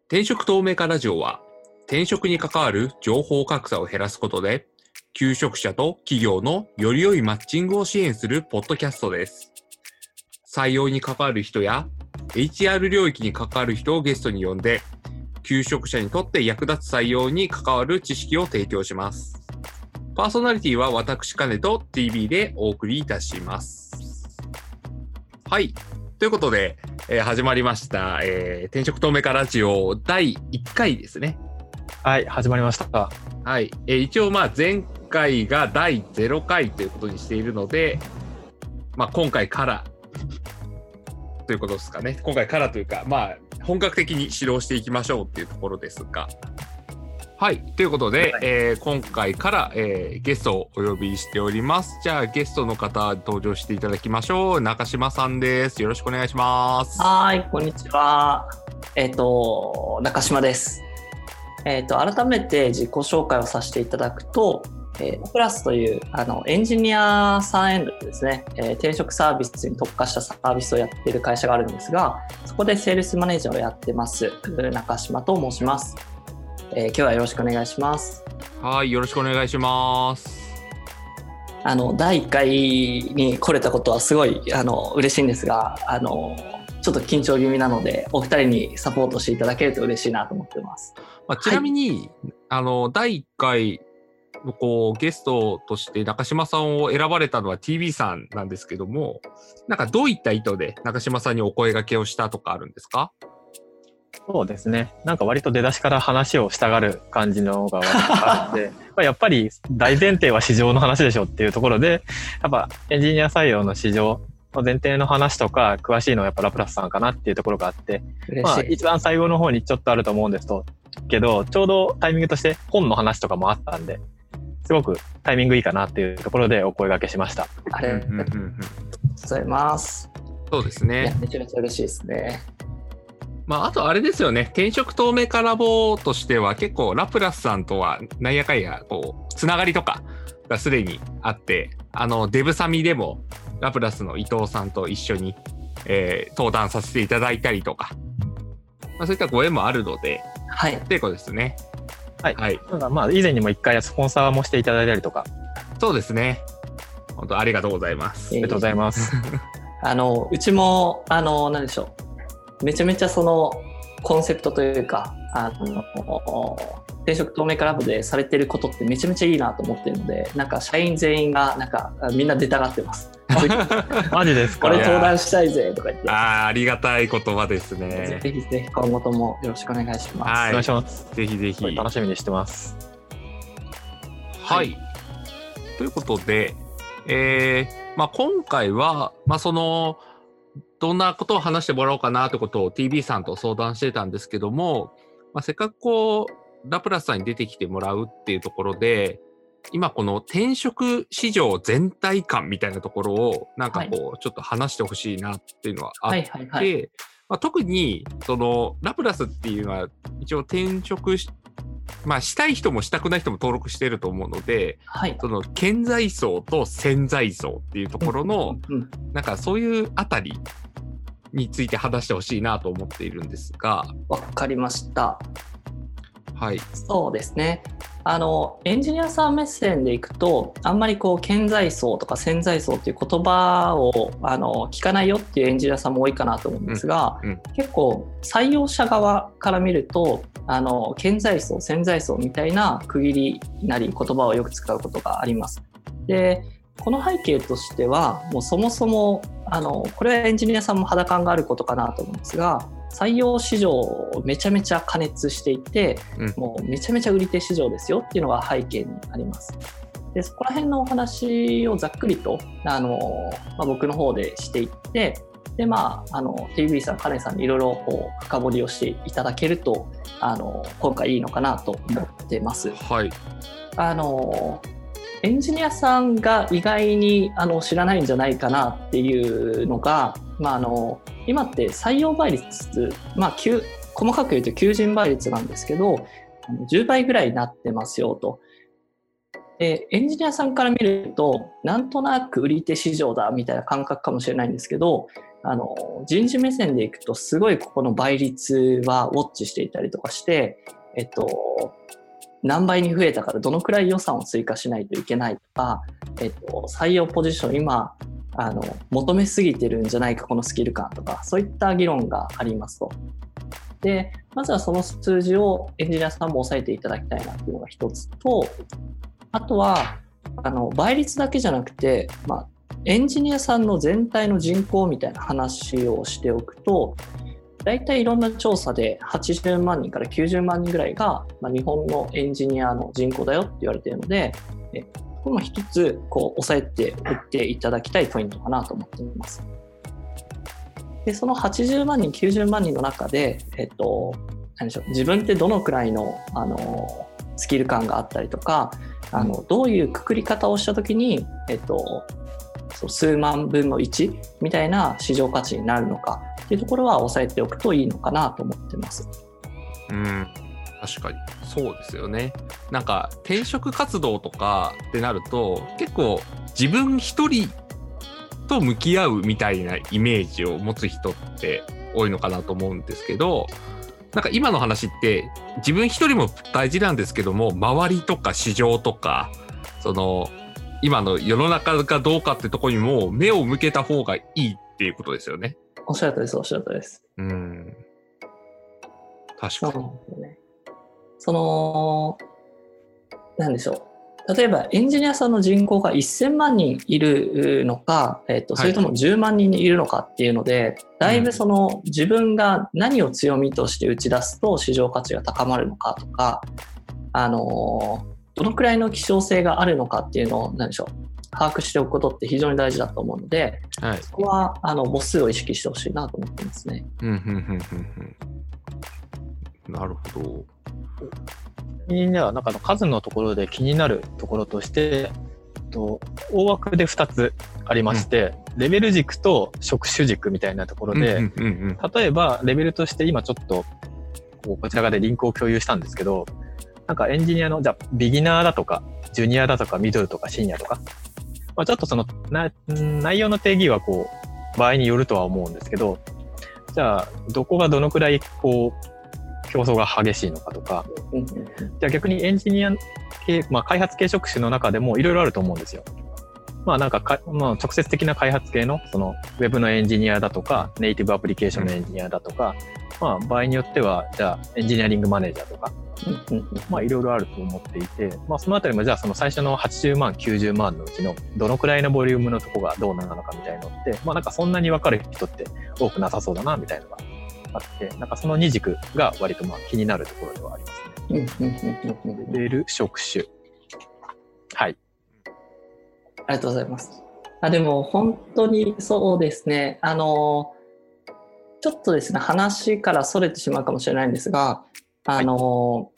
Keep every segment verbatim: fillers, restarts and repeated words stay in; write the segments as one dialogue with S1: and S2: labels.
S1: 転職透明化ラジオは、転職に関わる情報格差を減らすことで、求職者と企業のより良いマッチングを支援するポッドキャストです。採用に関わる人や エイチアール 領域に関わる人をゲストに呼んで、求職者にとって役立つ採用に関わる知識を提供します。パーソナリティは私、カネと ティービー でお送りいたします。はい。ということで、えー、始まりました、えー、転職透明化ラジオだいいっかいですね。
S2: はい、始まりました。
S1: はい。えー、一応、まあ、前回がだいゼロかいということにしているので、まあ、今回からということですかね。今回からというか、まあ、本格的に指導していきましょうっていうところですが。はい。ということで、はい、えー、今回から、えー、ゲストをお呼びしております。じゃあ、ゲストの方登場していただきましょう。中島さんです。よろしくお願いします。
S3: はい、こんにちは。えっ、ー、と、中島です。えっ、ー、と、改めて自己紹介をさせていただくと、えー、プラスというあのエンジニアさんエンドですね、えー、転職サービスに特化したサービスをやっている会社があるんですが、そこでセールスマネージャーをやってます中島と申します。えー、今日はよろしくお願いします。
S1: はい、よろしくお願いします。
S3: あのだいいっかいに来れたことはすごいあの嬉しいんですが、あのちょっと緊張気味なのでお二人にサポートしていただけると嬉しいなと思っています。
S1: まあ、ちなみに、はい、あのだいいっかいのこうゲストとして中島さんを選ばれたのは ティービー さんなんですけども、なんかどういった意図で中島さんにお声掛けをしたとかあるんですか？
S2: そうですね。なんか割と出だしから話をしたがる感じのがあって、まあやっぱり大前提は市場の話でしょっていうところで、やっぱエンジニア採用の市場の前提の話とか詳しいのはやっぱラプラスさんかなっていうところがあって、まあ一番最後の方にちょっとあると思うんですけど、ちょうどタイミングとして本の話とかもあったんで、すごくタイミングいいかなっていうところでお声掛けしました。
S3: ありがとうございます。
S1: そうですね。
S3: めちゃめちゃ嬉しいですね。
S1: まあ、あとあれですよね、転職透明化ラボとしては結構ラプラスさんとはなんやかんやこうつながりとかがすでにあって、あのデブサミでもラプラスの伊藤さんと一緒に、えー、登壇させていただいたりとか、まあ、そういったご縁もあるので、
S3: はい、
S1: っていうことですね。
S2: はい。はい、ただまあ以前にも一回スポンサーもしていただいたりとか。
S1: そうですね。本当ありがとうございます。
S2: ありがとうございます。
S3: あのうちもあの何でしょう。めちゃめちゃそのコンセプトというか、あの転職透明化ラボでされてることってめちゃめちゃいいなと思ってるので、なんか社員全員がなんかみんな出たがってます。
S2: マジですか？
S3: これ登壇したいぜとか言って。
S1: ああ、ありがたい言葉ですね。
S3: ぜひぜひ今後ともよろしくお願いします。
S2: はい、お願いします。
S1: ぜひぜひ
S2: 楽しみにしてます。
S1: はい。はい、ということで、えーまあ、今回はまあそのどんなことを話してもらおうかなということを ティービー さんと相談してたんですけども、まあ、せっかくこうラプラスさんに出てきてもらうっていうところで、今この転職市場全体感みたいなところをなんかこうちょっと話してほしいなっていうのはあって、はいはいはい、まあ、特にそのラプラスっていうのは一応転職しまあ、したい人もしたくない人も登録していると思うので、はい、その顕在層と潜在層っていうところの、うんうんうん、なんかそういうあたりについて話してほしいなと思っているんですが。
S3: わかりました。
S1: はい。
S3: そうですね。あのエンジニアさん目線でいくと、あんまりこう顕在層とか潜在層っていう言葉をあの聞かないよっていうエンジニアさんも多いかなと思うんですが、うんうん、結構採用者側から見ると、あの顕在層潜在層みたいな区切りなり言葉をよく使うことがあります。で、この背景としてはもうそもそもあのこれはエンジニアさんも肌感があることかなと思うんですが、採用市場めちゃめちゃ過熱していて、うん、もうめちゃめちゃ売り手市場ですよっていうのが背景にあります。で、そこら辺のお話をざっくりとあの、まあ、僕の方でしていって、で、まあ、あの ティービー さん、カレンさんにいろいろこう深掘りをしていただけるとあの今回いいのかなと思ってます。
S1: はい。
S3: あのエンジニアさんが意外にあの知らないんじゃないかなっていうのが、まあ、あの今って採用倍率、まあ、細かく言うと求人倍率なんですけど、じゅうばいぐらいになってますよと。で、エンジニアさんから見るとなんとなく売り手市場だみたいな感覚かもしれないんですけど、 あの人事目線でいくとすごいここの倍率はウォッチしていたりとかして、えっと、何倍に増えたからどのくらい予算を追加しないといけないとか、えっと、採用ポジション今あの求めすぎてるんじゃないかこのスキル感とか、そういった議論がありますと。でまずはその数字をエンジニアさんも押さえていただきたいなっていうのが一つと、あとはあの倍率だけじゃなくて、まあ、エンジニアさんの全体の人口みたいな話をしておくと、大体いろんな調査ではちじゅうまんにんからきゅうじゅうまんにんぐらいが、まあ、日本のエンジニアの人口だよって言われているので、えこれも一つこう押さえておいていただきたいポイントかなと思っています。でそのはちじゅうまんにんきゅうじゅうまんにんの中で、えっと、何でしょう、自分ってどのくらいの、あのスキル感があったりとか、あのどういうくくり方をしたときに、えっと、そう数万分のいちみたいな市場価値になるのかっていうところは押さえておくといいのかなと思ってます。
S1: うん、確かにそうですよね。なんか転職活動とかってなると結構自分一人と向き合うみたいなイメージを持つ人って多いのかなと思うんですけど、なんか今の話って自分一人も大事なんですけども、周りとか市場とかその今の世の中がどうかってところにも目を向けた方がいいっていうことですよね。
S3: おっしゃるとりです、おっしゃるとりです。
S1: うん。確かに。
S3: そうなんですよね。その、なんでしょう。例えばエンジニアさんの人口がせんまんにんいるのか、えっと、それともじゅうまんにんいるのかっていうので、はい、だいぶその自分が何を強みとして打ち出すと市場価値が高まるのかとか、あの、どのくらいの希少性があるのかっていうのを何でしょう、把握しておくことって非常に大事だと思うので、はい、そこはあの母数を意識してほしいなと思ってますね。
S1: うんうんうんうんうん、なるほど。
S2: にはなんかの数のところで気になるところとして、と大枠でふたつありまして、うん、レベル軸と職種軸みたいなところで、うんうんうんうん、例えばレベルとして今ちょっとこうこちら側でリンクを共有したんですけど、なんかエンジニアのじゃあビギナーだとかジュニアだとかミドルとかシニアとか、まあ、ちょっとそのな内容の定義はこう場合によるとは思うんですけど、じゃあどこがどのくらいこう競争が激しいのかとか、じゃあ逆にエンジニア系、まあ、開発系職種の中でもいろいろあると思うんですよ。まあなんかか、まあ、直接的な開発系のそのウェブのエンジニアだとかネイティブアプリケーションのエンジニアだとか、まあ場合によってはじゃあエンジニアリングマネージャーとか、まあいろいろあると思っていて、まあそのあたりもじゃあその最初のはちじゅうまんきゅうじゅうまんのうちのどのくらいのボリュームのとこがどうなのかみたいなのって、まあなんかそんなに分かる人って多くなさそうだなみたいなのがあって、なんかその二軸が割とまあ気になるところではありますね。レベル、職種。はい。
S3: ありがとうございます。あ、でも本当にそうですね。あの、ちょっとですね、話からそれてしまうかもしれないんですが、あの、はい、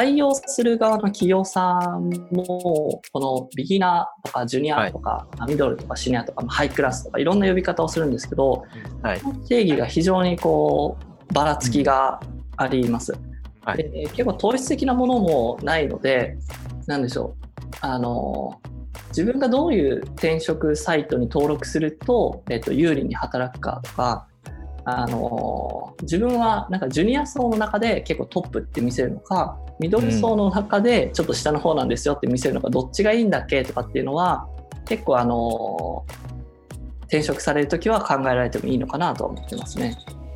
S3: 採用する側の企業さんも、このビギナーとかジュニアとか、はい、ミドルとかシニアとかハイクラスとかいろんな呼び方をするんですけど、はい、定義が非常にこうばらつきがあります。はい、で結構統一的なものもないので、なんでしょう。あの自分がどういう転職サイトに登録すると、えっと、有利に働くかとか、あの自分はなんかジュニア層の中で結構トップって見せるのか、ミドル層の中でちょっと下の方なんですよって見せるのか、どっちがいいんだっけとかっていうのは結構あの転職されるときは考えられてもいいのかなと思ってますね。うん。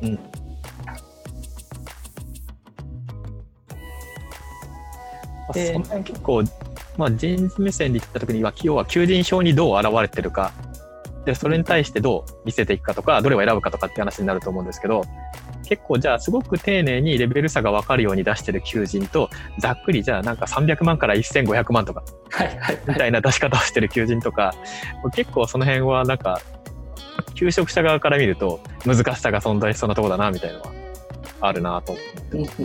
S2: でその辺結構まあ、人事目線で言ったときには、要は求人票にどう現れてるか、で、それに対してどう見せていくかとか、どれを選ぶかとかって話になると思うんですけど、結構じゃあすごく丁寧にレベル差が分かるように出してる求人と、ざっくりじゃあなんかさんびゃくまんからせんごひゃくまんとか、みたいな出し方をしてる求人とか、結構その辺はなんか、求職者側から見ると難しさが存在しそうなところだな、みたいなのはあるなと思ってます。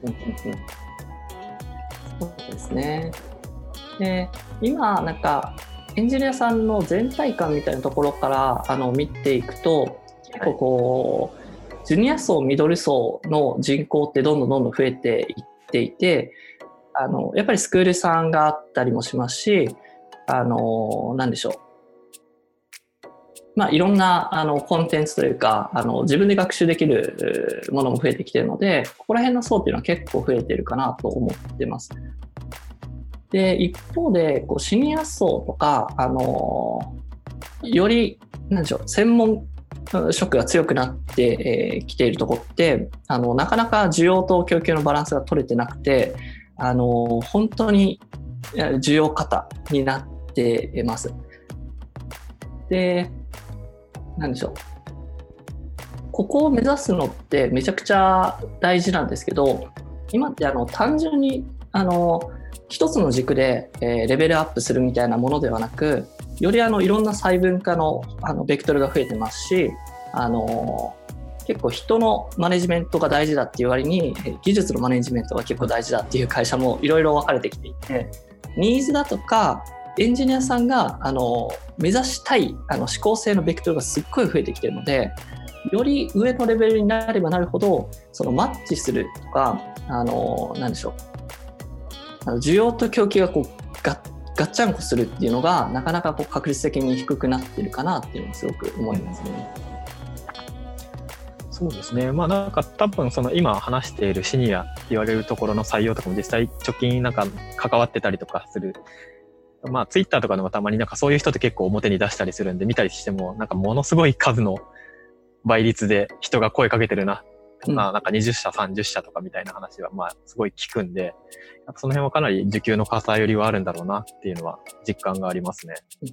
S3: そうですね。で今なんかエンジニアさんの全体感みたいなところからあの見ていくと、結構こう、はい、ジュニア層ミドル層の人口ってどんどんどんどん増えていっていて、あのやっぱりスクールさんがあったりもしますし、あのなんでしょう、 まあ、いろんなあのコンテンツというかあの自分で学習できるものも増えてきているので、ここら辺の層っていうのは結構増えているかなと思ってます。で、一方でこうシニア層とか、あのより何でしょう、専門職が強くなってきているところって、あのなかなか需要と供給のバランスが取れてなくて、あの本当に需要過多になっています。で、なんでしょう、ここを目指すのってめちゃくちゃ大事なんですけど、今ってあの単純にあの一つの軸で、えー、レベルアップするみたいなものではなく、よりあのいろんな細分化のあのベクトルが増えてますし、あの結構人のマネジメントが大事だっていう割に技術のマネジメントが結構大事だっていう会社もいろいろ分かれてきていて、ニーズだとかエンジニアさんがあの目指したいあの思考性のベクトルがすっごい増えてきているので、より上のレベルになればなるほどそのマッチするとか、あのなんでしょう、あの需要と供給がこうガッガッチャンコするっていうのがなかなかこう確率的に低くなってるかなっていうのはすごく思いますね。
S2: そうですね。まあなんか多分その今話しているシニアって言われるところの採用とかも実際直近なんか関わってたりとかする。まあツイッターとかでもたまになんかそういう人って結構表に出したりするんで、見たりしてもなんかものすごい数の倍率で人が声かけてるな。うん、まあなんかにじゅっしゃさんじゅっしゃとかみたいな話はまあすごい聞くんで、その辺はかなり需給の偏りはあるんだろうなっていうのは実感がありますね。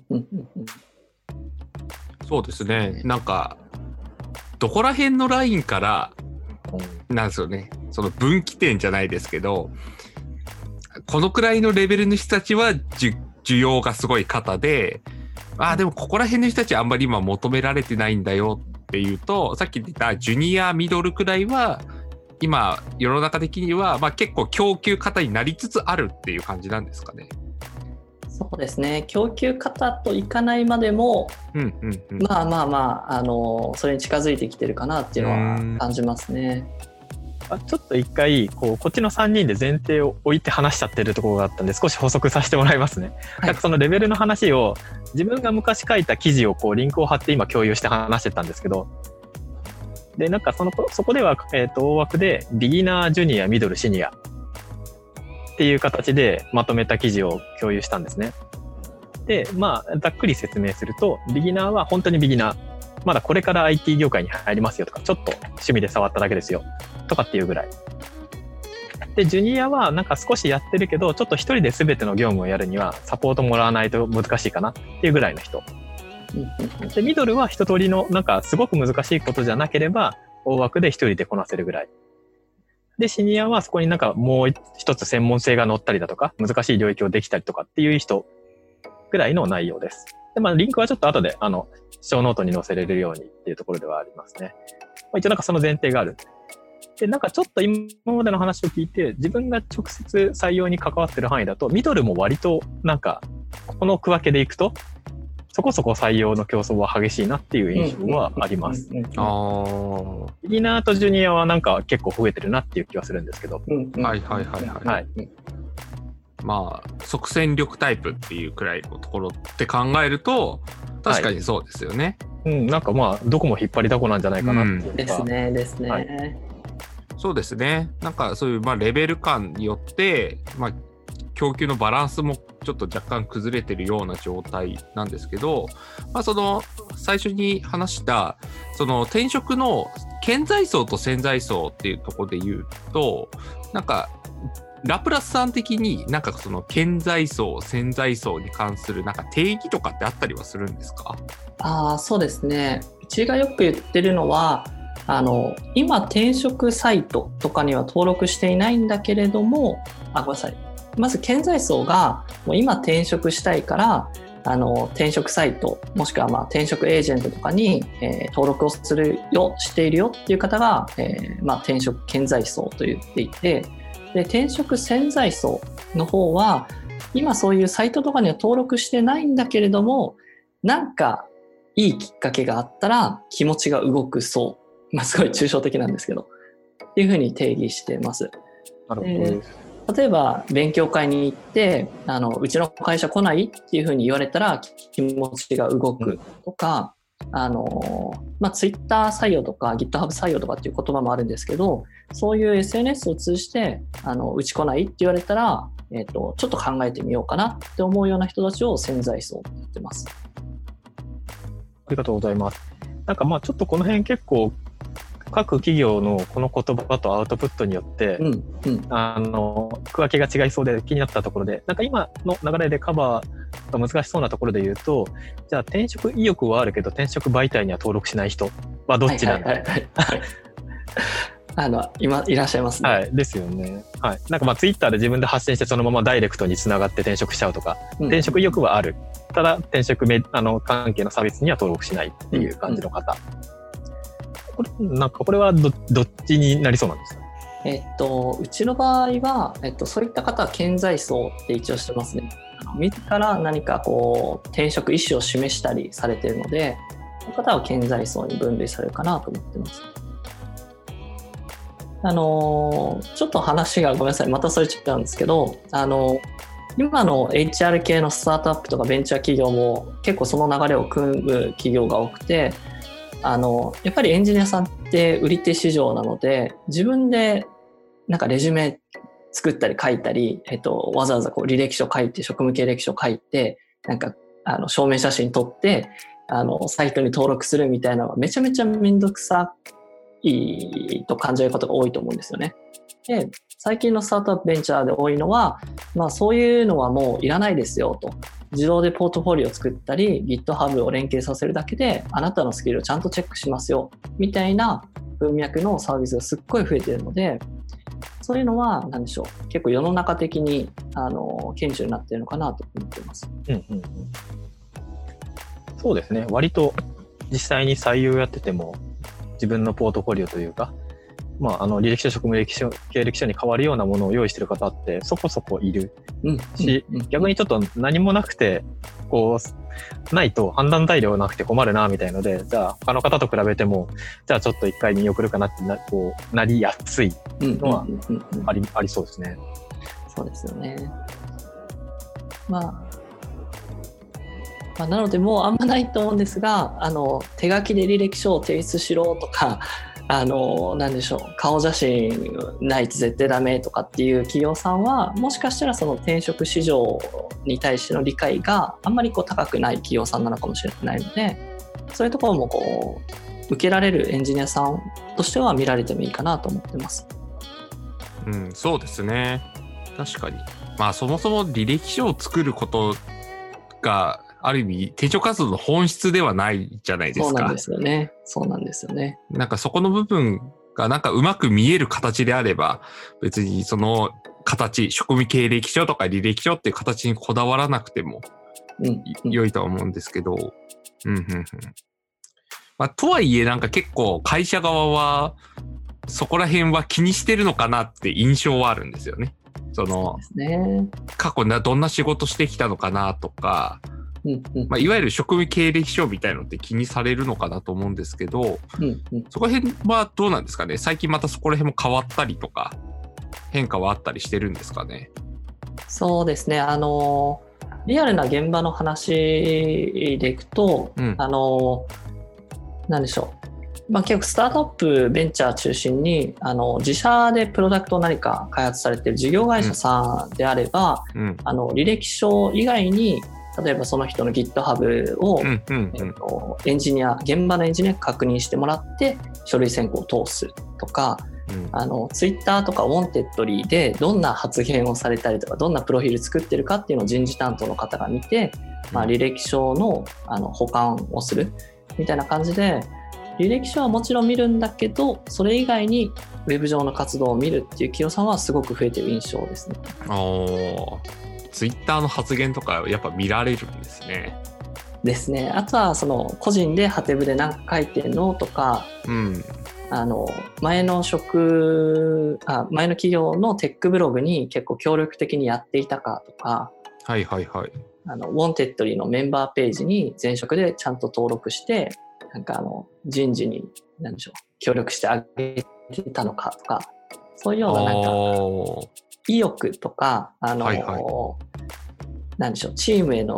S1: そうですね。なんかどこら辺のラインからなんですよね。その分岐点じゃないですけど、このくらいのレベルの人たちは需要がすごい方で、ああでもここら辺の人たちはあんまり今求められてないんだよっていうと、さっき言ったジュニアミドルくらいは今世の中的にはまあ結構供給型になりつつあるっていう感じなんですかね。
S3: そうですね、供給型といかないまでも、うんうんうん、まあまあまあ、あのそれに近づいてきてるかなっていうのは感じますね。
S2: ちょっと一回こうこっちのさんにんで前提を置いて話しちゃってるところがあったんで、少し補足させてもらいますね。はい、なんかそのレベルの話を自分が昔書いた記事をこうリンクを貼って今共有して話してたんですけど、でなんかそのそこでは、えー、と大枠でビギナー、ジュニア、ミドル、シニアっていう形でまとめた記事を共有したんですね。でまあざっくり説明すると、ビギナーは本当にビギナー、まだこれから アイティー 業界に入りますよとか、ちょっと趣味で触っただけですよとかっていうぐらいで、ジュニアはなんか少しやってるけど、ちょっと一人で全ての業務をやるにはサポートもらわないと難しいかなっていうぐらいの人で、ミドルは一通りのなんかすごく難しいことじゃなければ大枠で一人でこなせるぐらいで、シニアはそこになんかもう一つ専門性が乗ったりだとか、難しい領域をできたりとかっていう人ぐらいの内容です。で、まあリンクはちょっと後であの小ノートに載せれるようにっていうところではありますね。まあ、一応なんかその前提がある。で、なんかちょっと今までの話を聞いて、自分が直接採用に関わってる範囲だと、ミドルも割となんかこの区分けでいくと、そこそこ採用の競争は激しいなっていう印象はあります。あビギナーとジュニアはなんか結構増えてるなっていう気はするんですけど。
S1: はいはいはいはい。はい、まあ即戦力タイプっていうくらいのところって考えると確かにそうですよね。
S2: はい、うん、なんかまあどこも引っ張りだこなんじゃないかなっていうか、うん、
S3: ですねですね、はい、
S1: そうですね。なんかそういうまあレベル感によってまあ供給のバランスもちょっと若干崩れてるような状態なんですけど、まあ、その最初に話したその転職の顕在層と潜在層っていうところで言うと、なんかラプラスさん的になんかその顕在層潜在層に関するなんか定義とかってあったりはするんですか？
S3: ああ、そうですね。うちがよく言ってるのは、あの今転職サイトとかには登録していないんだけれども、あごめんなさい。まず顕在層がもう今転職したいからあの転職サイトもしくはまあ転職エージェントとかに、えー、登録をするよしているよっていう方が、えーまあ、転職顕在層と言っていて、で転職潜在層の方は今そういうサイトとかには登録してないんだけれども、なんかいいきっかけがあったら気持ちが動く層、まあ、すごい抽象的なんですけどっていうふうに定義してます。
S2: なるほど。
S3: 例えば勉強会に行ってあのうちの会社来ないっていうふうに言われたら気持ちが動くとか、 あの、まあ、Twitter 採用とか GitHub 採用とかっていう言葉もあるんですけど、そういう エスエヌエス を通じてあの打ち来ないって言われたら、えーと、ちょっと考えてみようかなって思うような人たちを潜在層って言ってます。
S2: ありがとうございます。なんかまあちょっとこの辺結構各企業のこの言葉とアウトプットによって、うんうん、あの区分けが違いそうで気になったところで、なんか今の流れでカバーが難しそうなところで言うと、じゃあ転職意欲はあるけど転職媒体には登録しない人はどっちなんだ、はいはいはいはい、
S3: あの今いらっしゃいますね。
S2: はい、ですよね。はい。なんかまあツイッターで自分で発信してそのままダイレクトにつながって転職しちゃうとか、うん、転職意欲はある。ただ転職めあの関係のサービスには登録しないっていう感じの方。うんうんこれなんかこれは ど, どっちになりそうなんですか？
S3: えっと、うちの場合は、えっと、そういった方は顕在層って一応してますね。あの自ら何かこう転職意思を示したりされているので、その方は顕在層に分類されるかなと思ってます。あのちょっと話がごめんなさいまたそれちゃったんですけど、あの今の エイチアール 系のスタートアップとかベンチャー企業も結構その流れを組む企業が多くて、あのやっぱりエンジニアさんって売り手市場なので、自分でなんかレジュメ作ったり書いたり、えっと、わざわざこう履歴書書いて職務経歴書書いてなんかあの証明写真撮ってあのサイトに登録するみたいなのはめちゃめちゃめんどくさいと感じることが多いと思うんですよね。で最近のスタートアップベンチャーで多いのは、まあ、そういうのはもういらないですよと、自動でポートフォリオを作ったり GitHub を連携させるだけであなたのスキルをちゃんとチェックしますよみたいな文脈のサービスがすっごい増えているので、そういうのは何でしょう、結構世の中的にあの顕著になっているのかなと思っています。うんうんうん、
S2: そうですね。割と実際に採用やってても自分のポートフォリオというか、まあ、あの履歴書、職務歴史経歴書に変わるようなものを用意している方ってそこそこいるし、うんうんうん、逆にちょっと何もなくてこうないと判断材料なくて困るなみたいので、じゃあ他の方と比べてもじゃあちょっと一回見送るかなってな、こうなりやすいのはあり、ありそうですね。
S3: そうですよね。まあまあ、なのでもうあんまないと思うんですが、あの手書きで履歴書を提出しろとか、あの何でしょう、顔写真ないと絶対ダメとかっていう企業さんはもしかしたらその転職市場に対しての理解があんまりこう高くない企業さんなのかもしれないので、そういうところもこう受けられるエンジニアさんとしては見られてもいいかなと思ってます。
S1: うん、そうですね。確かに。まあそもそも履歴書を作ることがある意味転職活動の本質ではないじゃないですか。
S3: そうなんですよね。そうなんですよね。
S1: なんかそこの部分がなんかうまく見える形であれば、別にその形、職務経歴書とか履歴書っていう形にこだわらなくても良いとは思うんですけど、うんうんうんまあ、とはいえなんか結構会社側はそこら辺は気にしてるのかなって印象はあるんですよね。その
S3: そうですね。
S1: 過去などんな仕事してきたのかなとか。うんうんまあ、いわゆる職務経歴書みたいなのって気にされるのかなと思うんですけど、うんうん、そこら辺はどうなんですかね。最近またそこら辺も変わったりとか変化はあったりしてるんですかね。
S3: そうですね、あのリアルな現場の話でいくと、うん、あの何でしょう、まあ、結構スタートアップベンチャー中心にあの自社でプロダクトを何か開発されている事業会社さんであれば、うん、あの履歴書以外に例えばその人の GitHub を、うんうんうんえっと、エンジニア現場のエンジニアに確認してもらって書類選考を通すとか、うん、あの Twitter とか Wantedly でどんな発言をされたりとかどんなプロフィール作ってるかっていうのを人事担当の方が見て、まあ、履歴書 の, あの保管をするみたいな感じで、履歴書はもちろん見るんだけどそれ以外にウェブ上の活動を見るっていう企業さんはすごく増えてる印象ですね。
S1: おツイッターの発言とかやっぱ見られるんですね。
S3: ですね。あとはその個人でハテブで何か書いてんのとか、うん、あの前の職あ前の企業のテックブログに結構協力的にやっていたかとか、
S1: はいはいはい。
S3: あの Wantedly のメンバーページに前職でちゃんと登録してなんかあの人事に何でしょう協力してあげてたのかとか、そういうようななんか意欲とかあの、はいはい、なんでしょうチームへの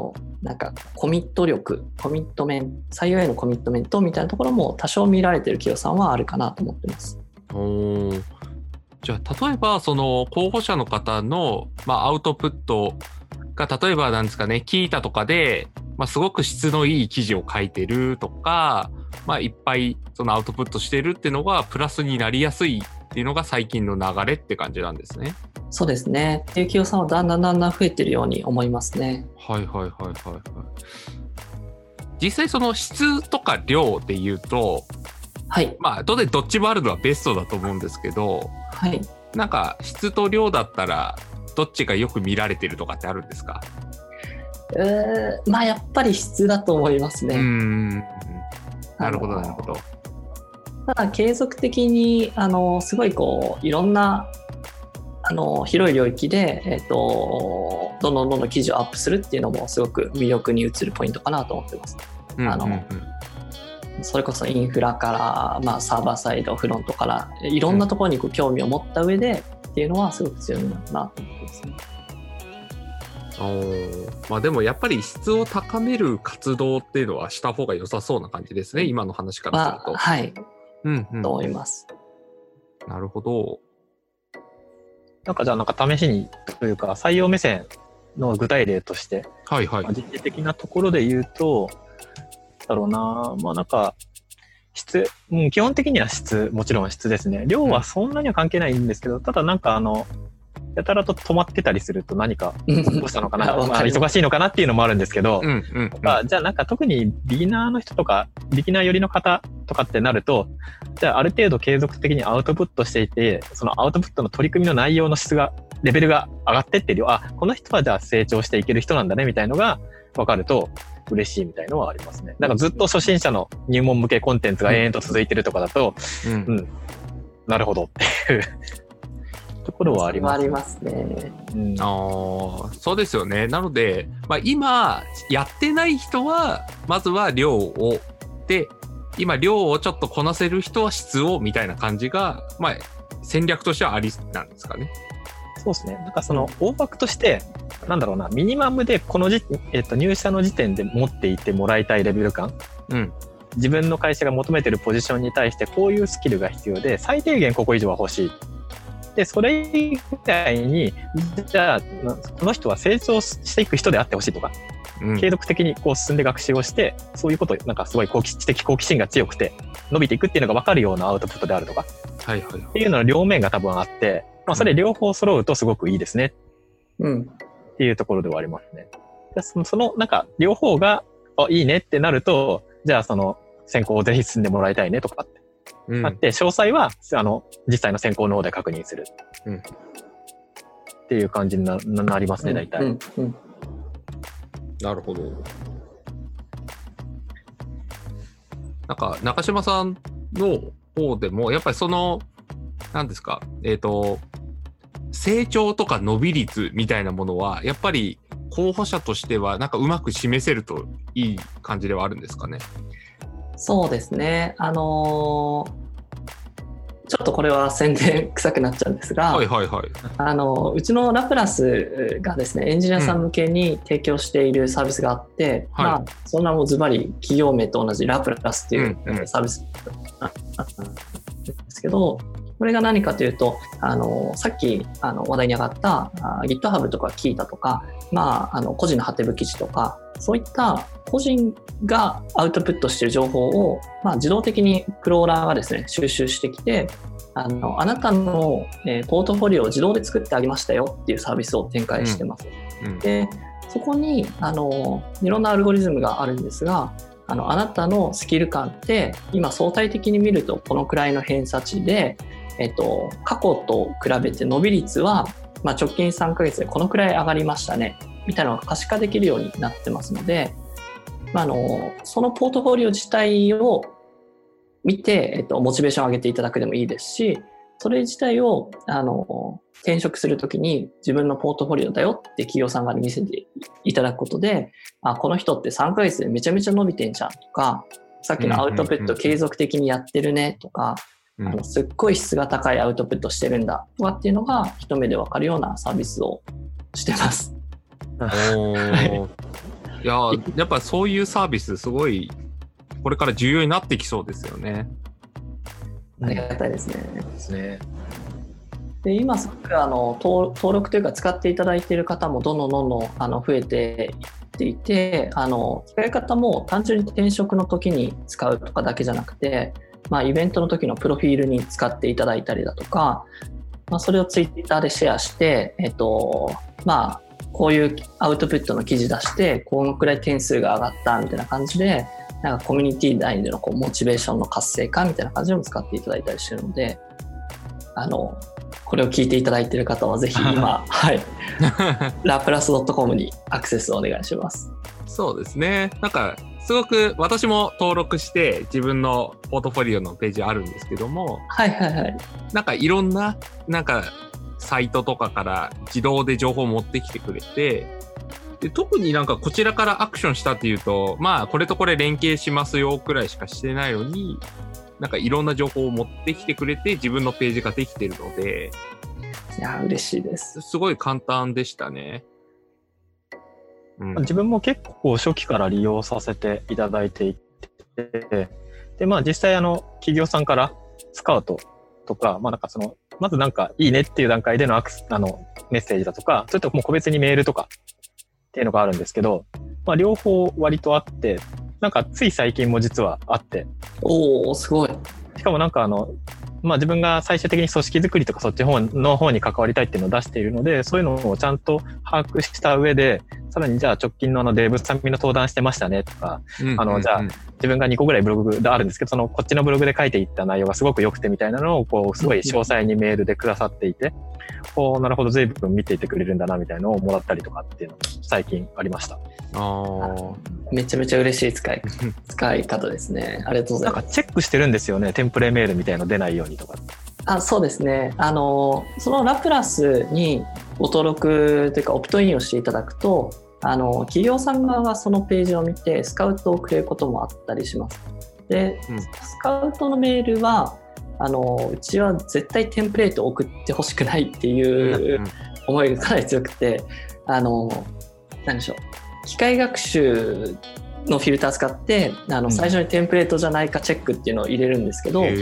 S3: なんかコミット力、コミットメント、採用へのコミットメントみたいなところも多少見られている企業さんはあるかなと思ってます。
S1: おー、じゃあ例えばその候補者の方の、まあ、アウトプットが例えばなんですかね、キータとかで、まあ、すごく質のいい記事を書いてるとか、まあ、いっぱいそのアウトプットしてるっていうのがプラスになりやすいっていうのが最近の流れって感じなんですね。
S3: そうですね。っていう企業さんはだんだんだんだん増えてるように思いますね。
S1: はいはいはいはいはい。実際その質とか量で言うと、
S3: はい。
S1: まあ当然どっちもあるのはベストだと思うんですけど、
S3: はい。
S1: なんか質と量だったらどっちがよく見られてるとかってあるんですか？
S3: うーまあやっぱり質だと思いますね。
S1: うーん、なるほどなるほど。
S3: ただ継続的にあのすごいこういろんなあの広い領域で、えーと、どんどんどんどん記事をアップするっていうのもすごく魅力に映るポイントかなと思ってます。
S1: うんうんうん、
S3: あのそれこそインフラから、まあ、サーバーサイドフロントからいろんなところにこう興味を持った上でっていうのはすごく強みだなと思ってますね。
S1: おまあでもやっぱり質を高める活動っていうのはした方が良さそうな感じですね、今の話からすると。
S3: まあ、はい、
S1: うんうん、
S3: と思います。
S1: なるほど。
S2: なんかじゃあなんか試しにというか採用目線の具体例として、
S1: はいはい、
S2: まあ、実際的なところで言うと、だろうな、まあなんか質、うん、基本的には質、もちろん質ですね。量はそんなには関係ないんですけど、ただなんかあのやたらと止まってたりすると何かどうしたのかな、まあ忙しいのかなっていうのもあるんですけど、
S1: うんうんうん、
S2: じゃあなんか特にビギナーの人とかビギナー寄りの方とかってなると、じゃあある程度継続的にアウトプットしていて、そのアウトプットの取り組みの内容の質がレベルが上がってってるよ、あ、この人はじゃあ成長していける人なんだねみたいのが分かると嬉しいみたいのはありますね。なんかずっと初心者の入門向けコンテンツが延々と続いてるとかだと、うん、うん、なるほどっていうところはあります、
S3: ね、ありますね。
S1: うん、あ、そうですよね。なので、まあ、今やってない人はまずは量をで、今量をちょっとこなせる人は質をみたいな感じが、まあ、戦略としてはありなんですかね。
S2: そうですね。なんかその大枠としてなんだろうな、ミニマムでこのじ、えっと、入社の時点で持っていてもらいたいレベル感、うん、自分の会社が求めてるポジションに対してこういうスキルが必要で最低限ここ以上は欲しい。でそれ以外にじゃあこの人は成長していく人であってほしいとか、うん、継続的にこう進んで学習をしてそういうことなんかすごい好奇知的好奇心が強くて伸びていくっていうのが分かるようなアウトプットであるとか、はいはい、っていうのの両面が多分あって、まあ、それ両方揃うとすごくいいですね、うん、っていうところではありますね。でその、そのなんか両方があいいねってなると、じゃあその選考をぜひ進んでもらいたいねとかってうん、あって詳細はあの実際の選考の方で確認する、うん、っていう感じに な, なりますね、大体、うんうん、
S1: なるほど。なんか中島さんの方でもやっぱりその何ですか、えーと成長とか伸び率みたいなものはやっぱり候補者としてはなんかうまく示せるといい感じではあるんですかね。
S3: そうですね、あのー、ちょっとこれは宣伝臭くなっちゃうんですが、はいはいはい、あのうちのラプラスがですねエンジニアさん向けに提供しているサービスがあって、うん、まあ、その名もズバリ企業名と同じラプラスっていうサービスなんですけど、これが何かというと、あのさっきあの話題に上がったあ GitHub とか Kita とか、まあ、あの個人のハテブ記事とかそういった個人がアウトプットしている情報を、まあ、自動的にクローラーがですね収集してきて、あのあなたの、えー、ポートフォリオを自動で作ってあげましたよっていうサービスを展開してます、うんうん、でそこにあのいろんなアルゴリズムがあるんですが、あのあなたのスキル感って今相対的に見るとこのくらいの偏差値で、えっと、過去と比べて伸び率は、まあ、直近さんかげつでこのくらい上がりましたねみたいなのが可視化できるようになってますので、まあ、あのそのポートフォリオ自体を見て、えっと、モチベーションを上げていただくでもいいですし、それ自体をあの転職するときに自分のポートフォリオだよって企業さん側に見せていただくことで、あこの人ってさんかげつでめちゃめちゃ伸びてんじゃんとか、さっきのアウトプット継続的にやってるねとか、うんうんうん、あのすっごい質が高いアウトプットしてるんだとかっていうのが一目で分かるようなサービスをしてます。
S1: おいやー、やっぱそういうサービスすごいこれから重要になってきそうですよね。
S3: ありがたいですね。
S2: ですね。
S3: で今すごくあの登録というか使っていただいている方もどんどんどんどんあの増えていっていて、あの使い方も単純に転職の時に使うとかだけじゃなくて、まあ、イベントの時のプロフィールに使っていただいたりだとか、まあ、それをツイッターでシェアして、えっとまあ、こういうアウトプットの記事出してこのくらい点数が上がったみたいな感じで、なんかコミュニティ内でのこうモチベーションの活性化みたいな感じでも使っていただいたりしているので、あのこれを聞いていただいている方はぜひ今はいラプラス .com にアクセスをお願いします。
S1: そうですね。なんかすごく私も登録して自分のポートフォリオのページあるんですけども、
S3: はいはいはい。
S1: なんかいろんななんかサイトとかから自動で情報を持ってきてくれて、で特になんかこちらからアクションしたっていうと、まあこれとこれ連携しますよくらいしかしてないのに、なんかいろんな情報を持ってきてくれて自分のページができてるので、
S3: いや嬉しいです。
S1: すごい簡単でしたね。
S2: うん、自分も結構初期から利用させていただいていて、でまあ実際あの企業さんからスカウトとか、まあなんかそのまずなんかいいねっていう段階でのアクスあのメッセージだとか、それともう個別にメールとかっていうのがあるんですけど、まあ両方割とあって、なんかつい最近も実はあって。
S3: おー、すごい。
S2: しかもなんかあの、まあ自分が最終的に組織づくりとかそっちの方に関わりたいっていうのを出しているので、そういうのをちゃんと把握した上で、さらにじゃあ直近のあのデーブさんの登壇してましたねとか、うんうんうん、あのじゃあ自分がにこぐらいブログがあるんですけど、そのこっちのブログで書いていった内容がすごく良くてみたいなのをこうすごい詳細にメールでくださっていて、こうなるほど随分見ていてくれるんだなみたいなのをもらったりとかっていうのが最近ありました。
S3: あめちゃめちゃ嬉しい使い使い方ですね。ありがとうございます。
S2: なんかチェックしてるんですよね。テンプレメールみたいの出ないようにとか。
S3: あ、そうですね。あのそのラプラスにご登録というかオプトインをしていただくと、あの企業さん側がそのページを見てスカウトをくれることもあったりします。で、うん、スカウトのメールはあのうちは絶対テンプレートを送ってほしくないっていう思いがかなり強くて、あの何でしょう、機械学習のフィルター使ってあの最初にテンプレートじゃないかチェックっていうのを入れるんですけど、うん、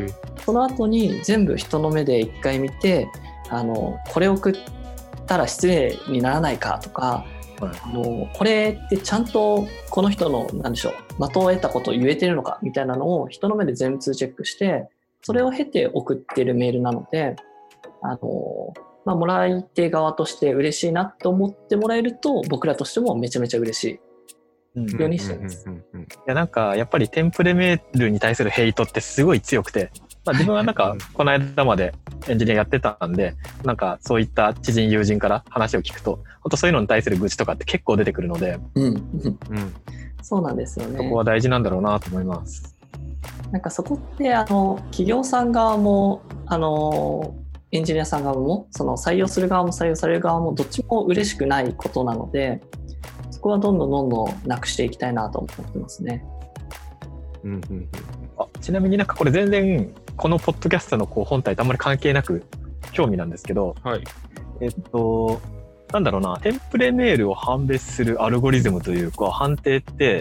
S3: その後に全部人の目で一回見て、あのこれ送ったら失礼にならないかとか、はい、あのこれってちゃんとこの人の何でしょう的を得たことを言えてるのかみたいなのを人の目で全部チェックして、それを経て送ってるメールなので、あの、まあ、もらい手側として嬉しいなと思ってもらえると、僕らとしてもめちゃめちゃ嬉しいようにしてます。
S2: いやなんかやっぱりテンプレメールに対するヘイトってすごい強くて、まあ、自分はなんかこの間までエンジニアやってたんで、なんかそういった知人友人から話を聞くと、本当そういうのに対する愚痴とかって結構出てくるので、
S3: うんうん、そうなんですよね。
S2: そこは大事なんだろうなと思います。
S3: なんかそこってあの企業さん側もあのエンジニアさん側もその採用する側も採用される側もどっちも嬉しくないことなので、そこはどんどんどんどんなくしていきたいなと思ってますね。
S2: うんうんうん、あちなみになんかこれ全然このポッドキャストのこう本体とあんまり関係なく興味なんですけど、
S1: はい、
S2: えっとなんだろうな、テンプレメールを判別するアルゴリズムというか判定って、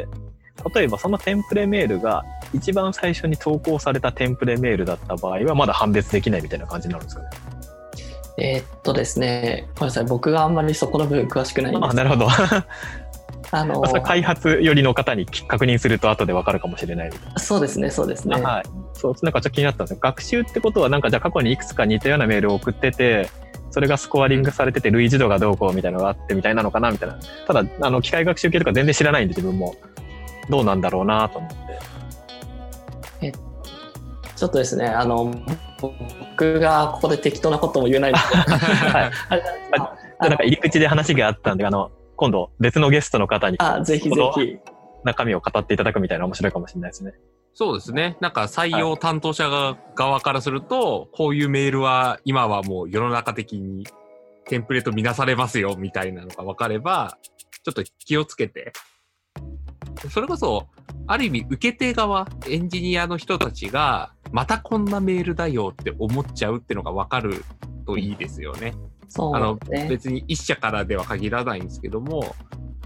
S2: 例えばそのテンプレメールが一番最初に投稿されたテンプレメールだった場合はまだ判別できないみたいな感じになるんですかね。
S3: えー、っとですね、ごめんなさい、僕があんまりそこの部分詳しくないんです。
S2: あ、なるほど。
S3: あの
S2: まあ、開発寄りの方に確認すると後で分かるかもしれないみたいな。
S3: そうですね、そうですね。
S2: はい。そう、なんかちょっと気になったんですよ。学習ってことはなんかじゃあ過去にいくつか似たようなメールを送ってて、それがスコアリングされてて類似度がどうこうみたいなのがあってみたいなのかなみたいな。ただあの機械学習系とか全然知らないんで自分もどうなんだろうなと思って。
S3: えちょっとですね、あの僕がここで適当なことも言えないんですけど、はい、
S2: あなんか入り口で話があったんで、あの今度別のゲストの方に
S3: あぜひぜひ
S2: 中身を語っていただくみたいな面白いかもしれないですね。
S1: そうですね。なんか採用担当者側からすると、はい、こういうメールは今はもう世の中的にテンプレート見なされますよみたいなのが分かれば、ちょっと気をつけて、それこそある意味受け手側エンジニアの人たちがまたこんなメールだよって思っちゃうっていうのが分かるといいですよね。
S3: そうね、
S1: あの別に一社からでは限らないんですけども、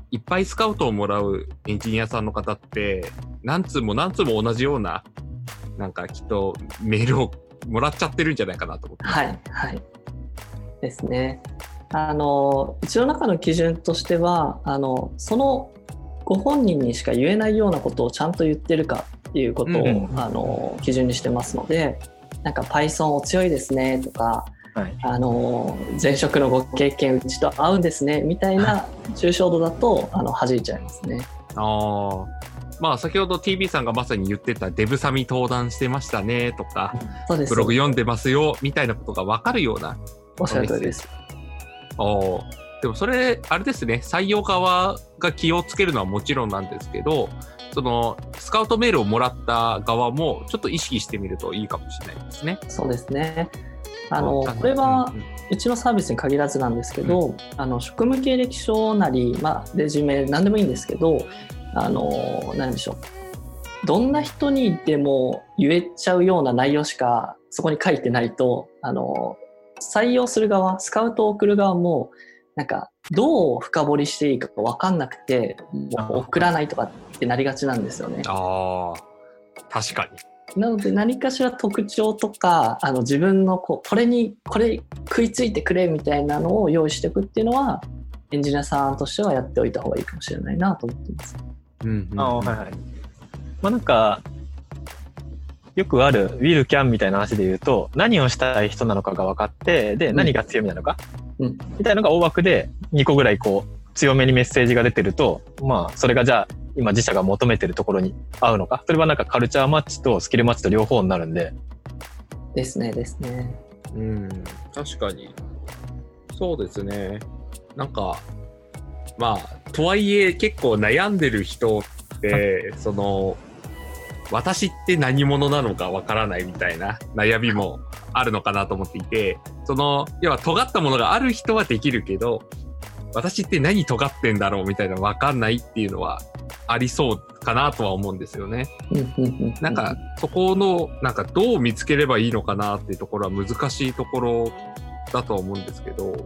S1: いっぱいスカウトをもらうエンジニアさんの方って何通も何通も同じようななんかきっとメールをもらっちゃってるんじゃないかなと思って。
S3: はいはいですね。あのうちの中の基準としてはあのそのご本人にしか言えないようなことをちゃんと言ってるかっていうことを、うんうん、あの基準にしてますので、なんか Python お強いですねとか、はい、あの前職のご経験うちと合うんですねみたいな抽象度だとあの弾いちゃいますね。
S1: あまあ先ほど ティービー さんがまさに言ってたデブサミ登壇してましたねとか、うん、ブログ読んでますよみたいなことが分かるような。
S3: おっしゃる通りです。
S1: おでもそれあれですね、採用側が気をつけるのはもちろんなんですけど、そのスカウトメールをもらった側もちょっと意識してみるといいかもしれないですね。
S3: そうですね。あのこれはうちのサービスに限らずなんですけど、うん、あの職務経歴書なり、まあ、レジュメ何でもいいんですけど、あの何でしょう、どんな人にでも言えちゃうような内容しかそこに書いてないと、あの採用する側、スカウトを送る側もなんかどう深掘りしていいか分かんなくてもう送らないとかってなりがちなんですよね。
S1: あ確かに。
S3: なので何かしら特徴とかあの自分のこうこれにこれ食いついてくれみたいなのを用意していくっていうのはエンジニアさんとしてはやっておいた方がいいかもしれないなと思っています。
S2: うんうんうん、あはいはい。まあなんかよくある will can みたいな話で言うと、何をしたい人なのかが分かって、で何が強みなのか、うん、みたいなのが大枠でにこぐらいこう強めにメッセージが出てると、まあそれがじゃあ今自社が求めてるところに合うのか、それはなんかカルチャーマッチとスキルマッチと両方になるんで。
S3: ですねですね。
S1: うん確かにそうですね。なんかまあとはいえ結構悩んでる人ってその私って何者なのかわからないみたいな悩みもあるのかなと思っていて、その要は尖ったものがある人はできるけど、私って何尖ってんだろうみたいなわかんないっていうのはありそうかなとは思うんですよね。なんかそこのなんかどう見つければいいのかなっていうところは難しいところだとは思うんですけど。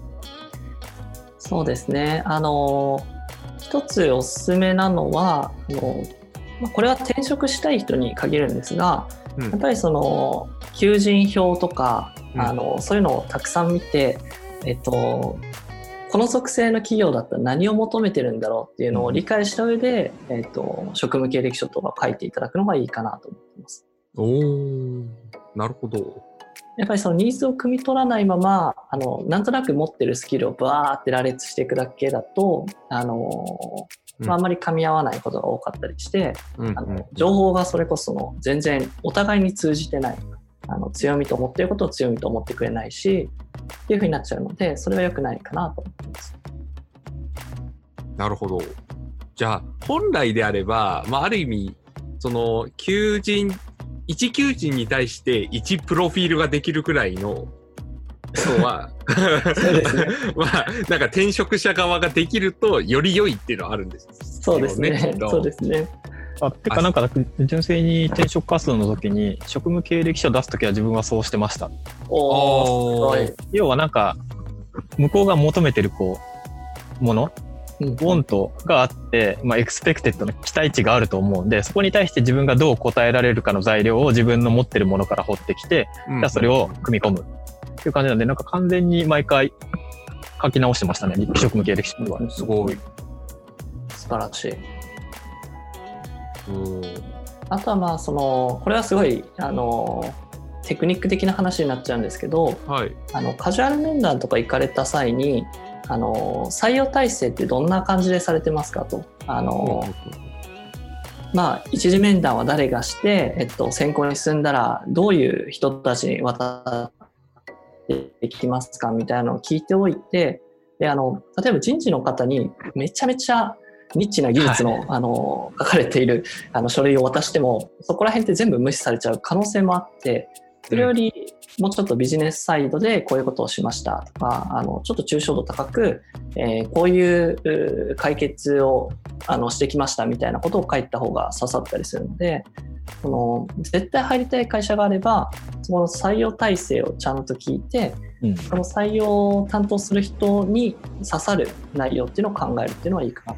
S3: そうですね。あの一つおすすめなのはあのこれは転職したい人に限るんですが、うん、やっぱりその求人票とか、うん、あのそういうのをたくさん見て、えっと、この属性の企業だったら何を求めてるんだろうっていうのを理解した上で、うんえっと、職務経歴書とか書いていただくのがいいかなと思っています。
S1: おー、なるほど。
S3: やっぱりそのニーズを汲み取らないままあのなんとなく持ってるスキルをバーって羅列していくだけだとあのまあ、あんまり噛み合わないことが多かったりして、うん、あの情報がそれこその全然お互いに通じてない、あの強みと思っていることを強みと思ってくれないしっていう風になっちゃうので、それは良くないかなと思っています。
S1: なるほど。じゃあ本来であれば、まあ、ある意味その求人いち求人に対していちプロフィールができるくらいのことはそうですねまあなんか転職者側ができるとより良いっていうのはあるんです。
S3: そうですね。そうですね。
S2: あてかなんか純粋に転職活動の時に職務経歴書出す時は自分はそうしてました。おー、要はなんか向こうが求めてるこうもの、うん、ウォントがあって、まあ、エクスペクテッドの期待値があると思うんで、そこに対して自分がどう答えられるかの材料を自分の持ってるものから掘ってきて、うん、じゃあそれを組み込むっていう感じなんで、なんか完全に毎回書き直してましたね、職務経歴書は。
S1: すごい。
S3: 素晴らしい。うんあとはまあそのこれはすごいあのテクニック的な話になっちゃうんですけど、はい、あのカジュアル面談とか行かれた際にあの採用体制ってどんな感じでされてますかと。あの、うん、まあ一次面談は誰がして、えっと、選考に進んだらどういう人たちに渡っていきますかみたいなのを聞いておいて、であの例えば人事の方にめちゃめちゃニッチな技術の、はい、あの書かれているあの書類を渡してもそこら辺って全部無視されちゃう可能性もあって、それよりもうちょっとビジネスサイドでこういうことをしましたとか、あのちょっと抽象度高く、えー、こういう解決をあのしてきましたみたいなことを書いた方が刺さったりするので、 その絶対入りたい会社があれば、その採用体制をちゃんと聞いて、うん、その採用を担当する人に刺さる内容っていうのを考えるっていうのはいいかなと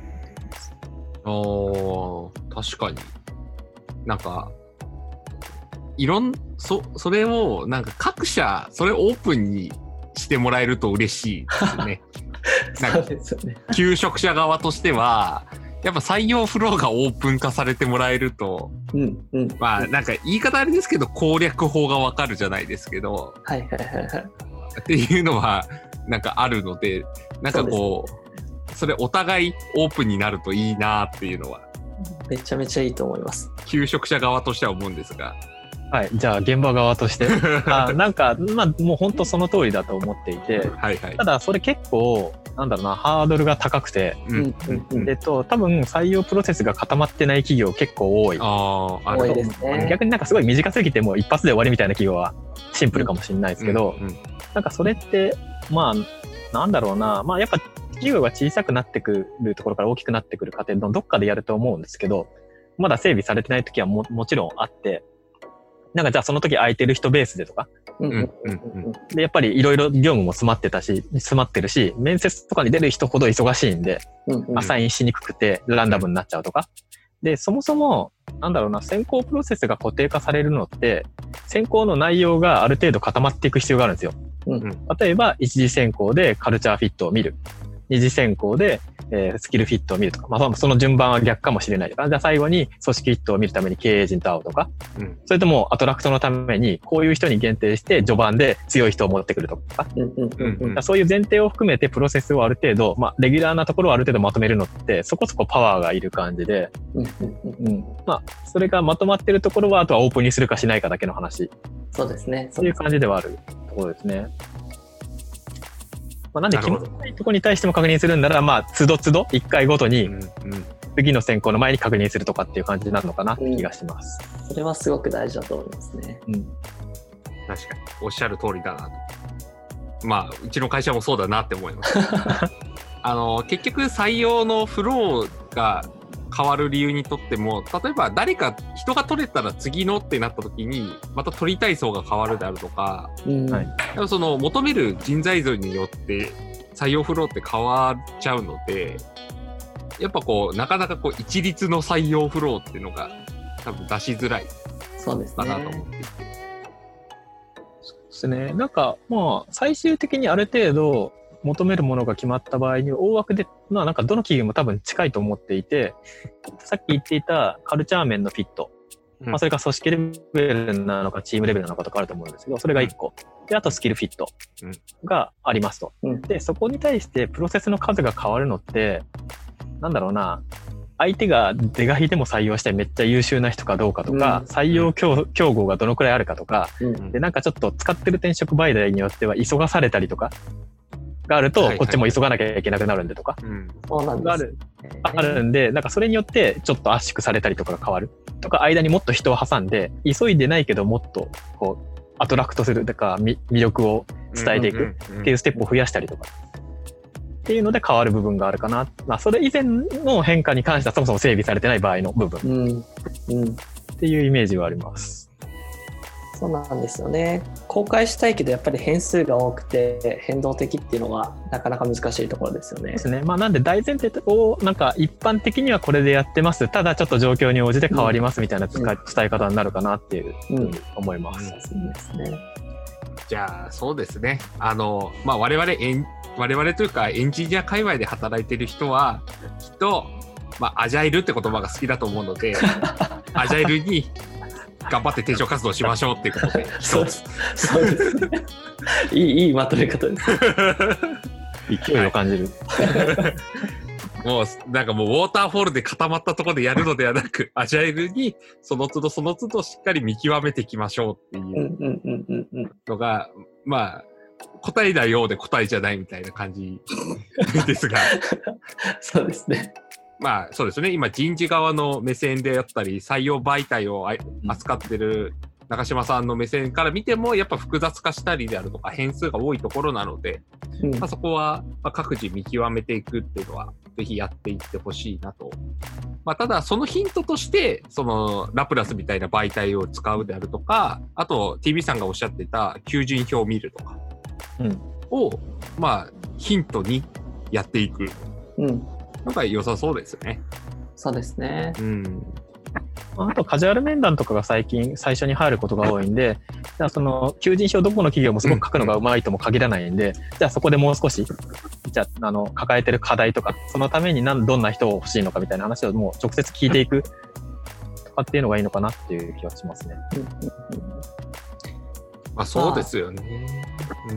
S1: 思います。ああ、確かに。なんかいろんそそれをなんか各社それをオープンにしてもらえると嬉しいですね。
S3: そうですよね。
S1: 求職者側としてはやっぱ採用フローがオープン化されてもらえると、うんうん、まあなんか言い方あれですけど攻略法がわかるじゃないですけど、
S3: はいはいはいはい、
S1: っていうのはなんかあるので、なんかこう そ, うそれお互いオープンになるといいなっていうのは
S3: めちゃめちゃいいと思います。
S1: 求職者側としては思うんですが。
S2: はい、じゃあ現場側としてあなんかまあもう本当その通りだと思っていて、はいはい、ただそれ結構なんだろうなハードルが高くて、うんうんうん、えっと多分採用プロセスが固まってない企業結構多い。
S3: ああ多いですね。
S2: 逆になんかすごい短すぎてもう一発で終わりみたいな企業はシンプルかもしれないですけど、うんうんうん、なんかそれってまあなんだろうなまあやっぱ企業が小さくなってくるところから大きくなってくる過程のどっかでやると思うんですけど、まだ整備されてない時は も, もちろんあって。なんかじゃあその時空いてる人ベースでとか、うんうんうん、でやっぱりいろいろ業務も詰まってたし詰まってるし面接とかに出る人ほど忙しいんで、うんうん、アサインしにくくてランダムになっちゃうとかでそもそもなんだろうな選考プロセスが固定化されるのって選考の内容がある程度固まっていく必要があるんですよ、うんうん、例えば一次選考でカルチャーフィットを見る二次選考で、えー、スキルフィットを見るとか、まあ、その順番は逆かもしれないとか、じゃあ最後に組織フィットを見るために経営陣と会うとか、うん、それともアトラクトのためにこういう人に限定して序盤で強い人を持ってくるとか、うんうんうん、そういう前提を含めてプロセスをある程度、まあ、レギュラーなところをある程度まとめるのってそこそこパワーがいる感じで、うんうんうん、まあ、それがまとまってるところはあとはオープンにするかしないかだけの話。
S3: そうですね。
S2: そういう感じではあるところですね。まあ、なんで決まらないところに対しても確認するんなら、まあ、都度都度いっかいごとに次の選考の前に確認するとかっていう感じになるのかなって気がします、
S3: うん、それはすごく大事だと思いますね、うん、
S1: 確かにおっしゃる通りだなと。まあうちの会社もそうだなって思いますあの結局採用のフローが変わる理由にとっても、例えば誰か人が取れたら次のってなった時にまた取りたい層が変わるであるとか、うんはい、その求める人材像によって採用フローって変わっちゃうので、やっぱこうなかなかこう一律の採用フローっていうのが多分出しづらいかなと思っていて。
S2: そうですね。なんかまあ最終的にある程度求めるものが決まった場合に大枠で、まあなんかどの企業も多分近いと思っていて、さっき言っていたカルチャー面のフィット、うん、まあそれが組織レベルなのかチームレベルなのかとかあると思うんですけど、それがいっこ。で、あとスキルフィットがありますと。うん、で、そこに対してプロセスの数が変わるのって、なんだろうな、相手が是が非でも採用してめっちゃ優秀な人かどうかとか、うん、採用競合がどのくらいあるかとか、うん、で、なんかちょっと使ってる転職媒体によっては急がされたりとか、があると、こっちも急がなきゃいけなくなるんでとか、
S3: そうなんです。
S2: がある、あるんで、なんかそれによってちょっと圧縮されたりとかが変わる。とか、間にもっと人を挟んで、急いでないけどもっと、こう、アトラクトする、だから魅力を伝えていくっていうステップを増やしたりとか。っていうので変わる部分があるかな。まあ、それ以前の変化に関してはそもそも整備されてない場合の部分。うん。うん。っていうイメージはあります。
S3: そうなんですよね。公開したいけどやっぱり変数が多くて変動的っていうのはなかなか難しいところですよね。
S2: ですね。まあなんで大前提をなんか一般的にはこれでやってます。ただちょっと状況に応じて変わりますみたいな、うん、伝え方になるかなっていうふうに思います。うんうん、そうですね。
S1: じゃあそうですね。あのまあ我々エン我々というかエンジニア界隈で働いてる人はきっとまあアジャイルって言葉が好きだと思うのでアジャイルに頑張って転職活動しましょうっていうことで
S3: そうです。そうですね。いい、いいまとめ方です。
S2: 勢いを感じる。
S1: もうなんかもうウォーターフォールで固まったところでやるのではなく、アジャイルにその都度その都度しっかり見極めていきましょうっていうのが、まあ答えだようで答えじゃないみたいな感じですが。
S3: そうですね。
S1: まあそうですね。今人事側の目線であったり採用媒体を扱ってる中島さんの目線から見てもやっぱ複雑化したりであるとか変数が多いところなので、うんまあ、そこは各自見極めていくっていうのはぜひやっていってほしいなと。まあ、ただ、そのヒントとして、その、ラプラスみたいな媒体を使うであるとか、あと、ティービー さんがおっしゃってた求人票を見るとかを、うん、まあ、ヒントにやっていくのが良さそうですよね。
S3: そうですね。
S1: うん。
S2: あとカジュアル面談とかが最近最初に入ることが多いんで、じゃあその求人票どこの企業もすごく書くのがうまいとも限らないんで、うん、じゃあそこでもう少し、じゃあ、あの抱えてる課題とか、そのために何どんな人を欲しいのかみたいな話をもう直接聞いていくとかっていうのがいいのかなっていう気はしますね。うんうんうん、
S1: まあそうですよね。
S3: うん、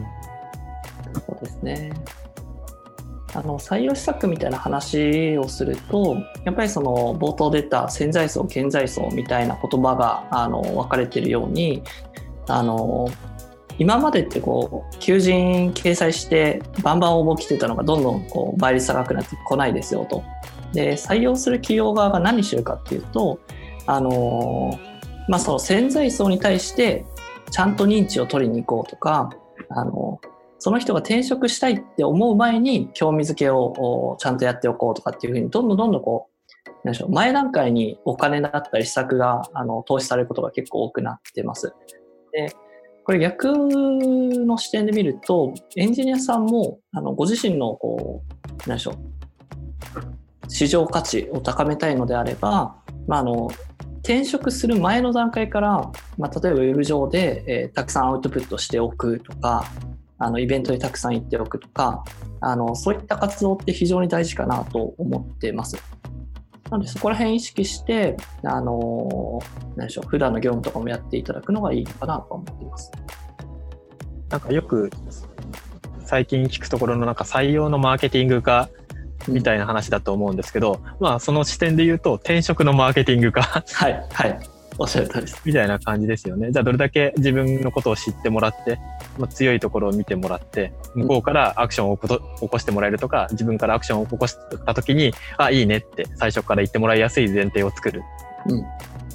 S3: そうですね。あの採用施策みたいな話をすると、やっぱりその冒頭出た潜在層顕在層みたいな言葉があの分かれているように、あの今までってこう求人掲載してバンバン応募来てたのがどんどんこう倍率高くなってこないですよと。で採用する企業側が何してるかっていうと、あのまあその潜在層に対してちゃんと認知を取りに行こうとか、あのその人が転職したいって思う前に興味づけをちゃんとやっておこうとかっていうふうにどんどんどんどんこう何でしょう、前段階にお金だったり施策があの投資されることが結構多くなってます。でこれ逆の視点で見ると、エンジニアさんもあのご自身のこう何でしょう、市場価値を高めたいのであれば、まあ、あの転職する前の段階から、まあ、例えばウェブ上で、えー、たくさんアウトプットしておくとか、あのイベントにたくさん行っておくとか、あのそういった活動って非常に大事かなと思ってます。なのでそこら辺意識して、あの何でしょう、普段の業務とかもやっていただくのがいいのかなと思っています。
S2: なんかよく最近聞くところのなんか採用のマーケティング化みたいな話だと思うんですけど、うん、まあその視点で言うと転職のマーケティング化
S3: はいはいおっしゃる通りです
S2: みたいな感じですよね。じゃあどれだけ自分のことを知ってもらって、まあ、強いところを見てもらって向こうからアクションを起こしてもらえるとか、自分からアクションを起こした時にあいいねって最初から言ってもらいやすい前提を作る、うん、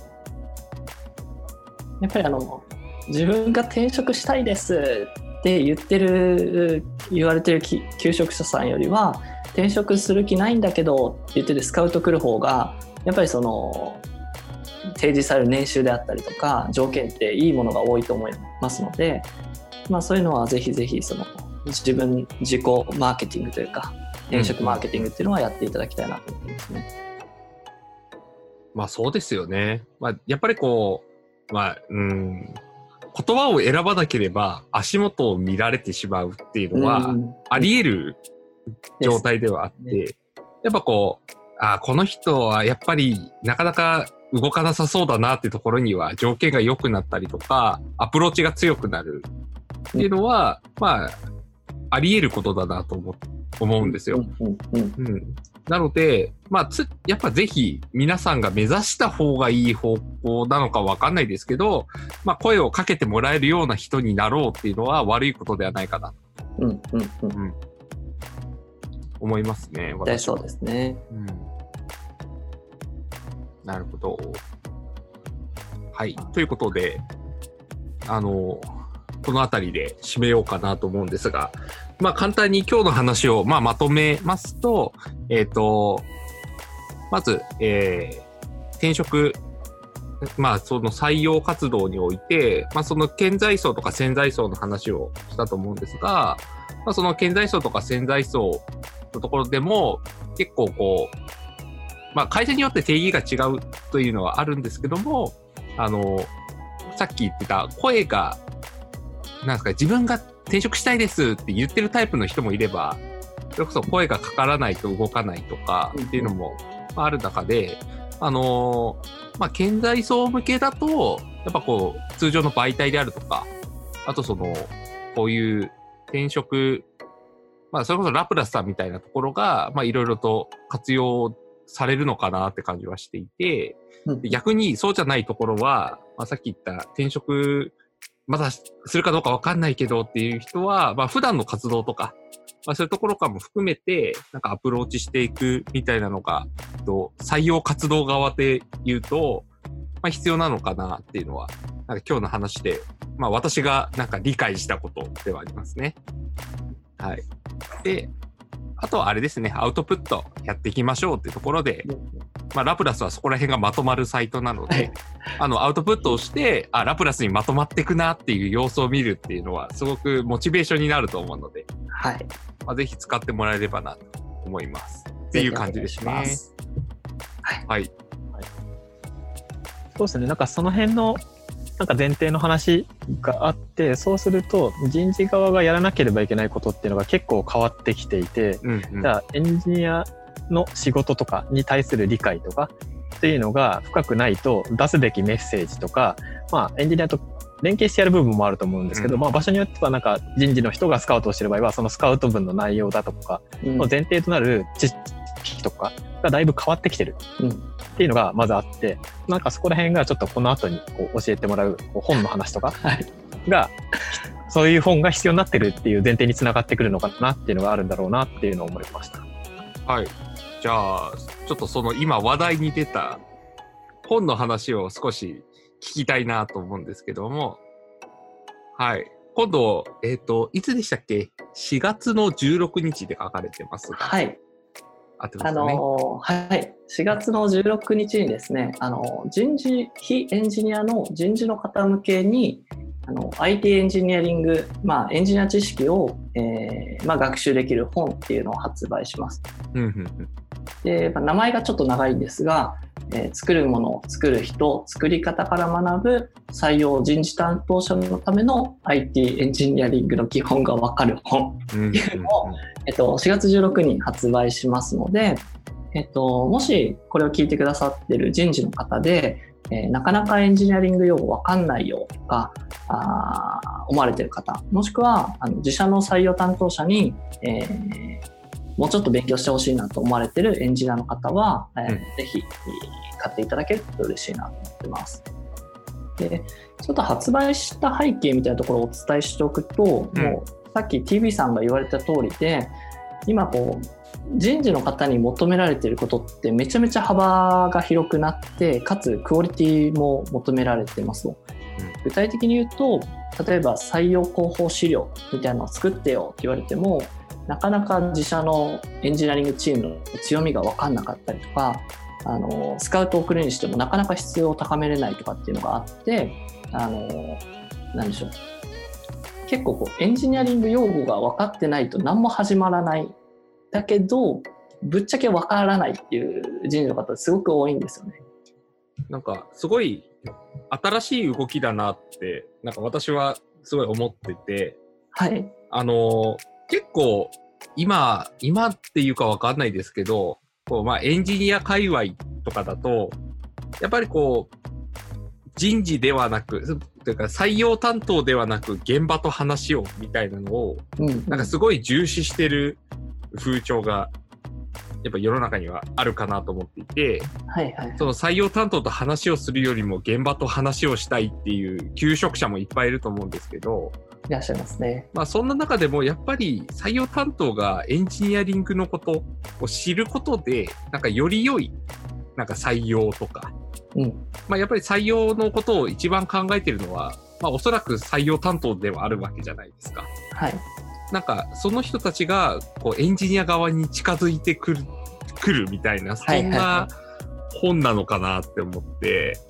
S3: やっぱりあの自分が転職したいですって言ってる言われてる求職者さんよりは、転職する気ないんだけどって言ってるスカウト来る方がやっぱりその提示される年収であったりとか条件っていいものが多いと思いますので、まあ、そういうのはぜひぜひその自分自己マーケティングというか転職マーケティングっていうのはやっていただきたいなと思いますね。
S1: うん、まあそうですよね。まあ、やっぱりこう、まあ、うん言葉を選ばなければ足元を見られてしまうっていうのはあり得る状態ではあって、ね、やっぱこうあこの人はやっぱりなかなか動かなさそうだなっていうところには条件が良くなったりとかアプローチが強くなるっていうのは、うん、まああり得ることだなと思思うんですよ。うんうんうん、なので、まあつやっぱぜひ皆さんが目指した方がいい方向なのかわかんないですけど、まあ声をかけてもらえるような人になろうっていうのは悪いことではないかなと、うんうんうんうん、思いますね。
S3: 私はそうですね。うん、
S1: なるほど。はい。ということで、あの、このあたりで締めようかなと思うんですが、まあ簡単に今日の話を、まあ、まとめますと、えっと、まず、えー、転職、まあその採用活動において、まあその顕在層とか潜在層の話をしたと思うんですが、まあその顕在層とか潜在層のところでも結構こう、まあ会社によって定義が違うというのはあるんですけども、あの、さっき言ってた声が、なんですか、自分が転職したいですって言ってるタイプの人もいれば、それこそ声がかからないと動かないとかっていうのもある中で、あのー、まあ、顕在層向けだと、やっぱこう、通常の媒体であるとか、あとその、こういう転職、まあ、それこそラプラスさんみたいなところが、まあ、いろいろと活用されるのかなって感じはしていて、逆にそうじゃないところは、まあ、さっき言った転職、まだするかどうかわかんないけどっていう人は、まあ普段の活動とか、まあそういうところからも含めて、なんかアプローチしていくみたいなのが、と採用活動側で言うと、まあ必要なのかなっていうのは、なんか今日の話で、まあ私がなんか理解したことではありますね。はい。で、 あとはあれですね、アウトプットやっていきましょうっていうところで、まあ、ラプラスはそこら辺がまとまるサイトなので、はい、あのアウトプットをしてあラプラスにまとまっていくなっていう様子を見るっていうのはすごくモチベーションになると思うので、
S3: はい、
S1: まあ、ぜひ使ってもらえればなと思いますっていう感じですね。はい、はい、
S2: そうですね。なんかその辺のなんか前提の話があって、そうすると人事側がやらなければいけないことっていうのが結構変わってきていて、うんうん、じゃあエンジニアの仕事とかに対する理解とかっていうのが深くないと出すべきメッセージとか、まあエンジニアと連携してやる部分もあると思うんですけど、うん、まあ場所によってはなんか人事の人がスカウトをしている場合はそのスカウト分の内容だとかの前提となる知識とかがだいぶ変わってきてる。うん、っていうのがまずあって、なんかそこら辺がちょっとこの後にこう教えてもらうこう本の話とかが、はい、そういう本が必要になってるっていう前提につながってくるのかなっていうのがあるんだろうなっていうのを思いました。
S1: はい。じゃあちょっとその今話題に出た本の話を少し聞きたいなと思うんですけども、はい。今度えっといつでしたっけ？しがつのじゅうろくにちで書かれてますが。
S3: はい。
S1: あってますね。
S3: あのはい、しがつのじゅうろくにちにですね、あの人事非エンジニアの人事の方向けにあの アイティー エンジニアリング、まあ、エンジニア知識を、えーまあ、学習できる本っていうのを発売します。うんうんうん、で、まあ、名前がちょっと長いんですが、えー、作るもの、作る人、作り方から学ぶ採用人事担当者のための アイティー エンジニアリングの基本がわかる本っていうのを、うんうんうん、えっと、しがつじゅうろくにちに発売しますので、えっと、もしこれを聞いてくださっている人事の方で、えー、なかなかエンジニアリング用語わかんないよとかあ思われている方、もしくはあの自社の採用担当者に、えー、もうちょっと勉強してほしいなと思われているエンジニアの方は、えーうん、ぜひ買っていただけると嬉しいなと思ってます。で、ちょっと発売した背景みたいなところをお伝えしておくと、うん、もうさっき ティービー さんが言われた通りで、今こう人事の方に求められていることってめちゃめちゃ幅が広くなって、かつクオリティも求められてますと。具体的に言うと、例えば採用広報資料みたいなのを作ってよって言われても、なかなか自社のエンジニアリングチームの強みが分かんなかったりとか、あのスカウトを送るにしてもなかなか質を高めれないとかっていうのがあって、あの何でしょう、結構こうエンジニアリング用語が分かってないと何も始まらない。だけどぶっちゃけ分からないっていう人事の方すごく多いんですよね。
S1: なんかすごい新しい動きだなってなんか私はすごい思ってて、
S3: はい、
S1: あの結構今今っていうか分かんないですけど、こうまあエンジニア界隈とかだとやっぱりこう人事ではなくというか採用担当ではなく現場と話をみたいなのを、うん、なんかすごい重視してる風潮がやっぱ世の中にはあるかなと思っていて、
S3: はいはいはい、
S1: その採用担当と話をするよりも現場と話をしたいっていう求職者もいっぱいいると思うんですけど、
S3: いらっしゃいますね。
S1: まあそんな中でもやっぱり採用担当がエンジニアリングのことを知ることでなんかより良いなんか採用とか、うん、まあやっぱり採用のことを一番考えているのは、まあおそらく採用担当ではあるわけじゃないですか。
S3: はい。
S1: なんかその人たちがこうエンジニア側に近づいてくる、くるみたいなそんな本なのかなって思って、はいはいはい、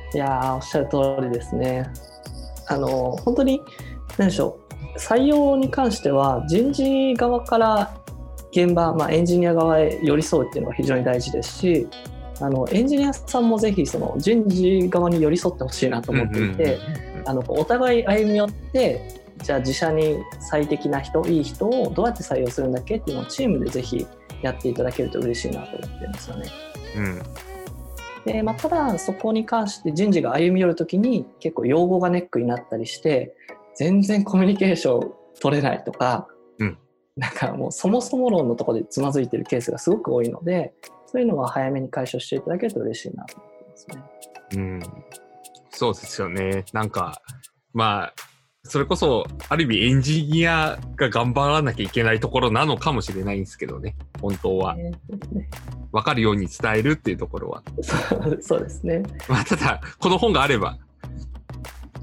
S3: いやーおっしゃる通りですね。あの本当に何でしょう、採用に関しては人事側から現場、まあ、エンジニア側へ寄り添うっていうのが非常に大事ですし、あのエンジニアさんもぜひその人事側に寄り添ってほしいなと思っていて、あのお互い歩み寄ってじゃあ自社に最適な人、いい人をどうやって採用するんだっけっていうのをチームでぜひやっていただけると嬉しいなと思ってるんですよね。うんでまあ、ただそこに関して人事が歩み寄るときに結構用語がネックになったりして全然コミュニケーション取れないとか、うん、なんかもうそもそも論のところでつまずいてるケースがすごく多いので、そういうのは早めに解消していただけると嬉しいなと思ってますね。
S1: うん、そうですよね。なんかまあそれこそある意味エンジニアが頑張らなきゃいけないところなのかもしれないんですけどね、本当は、えーね、分かるように伝えるっていうところは
S3: そう、そうですね。
S1: まあただこの本があれば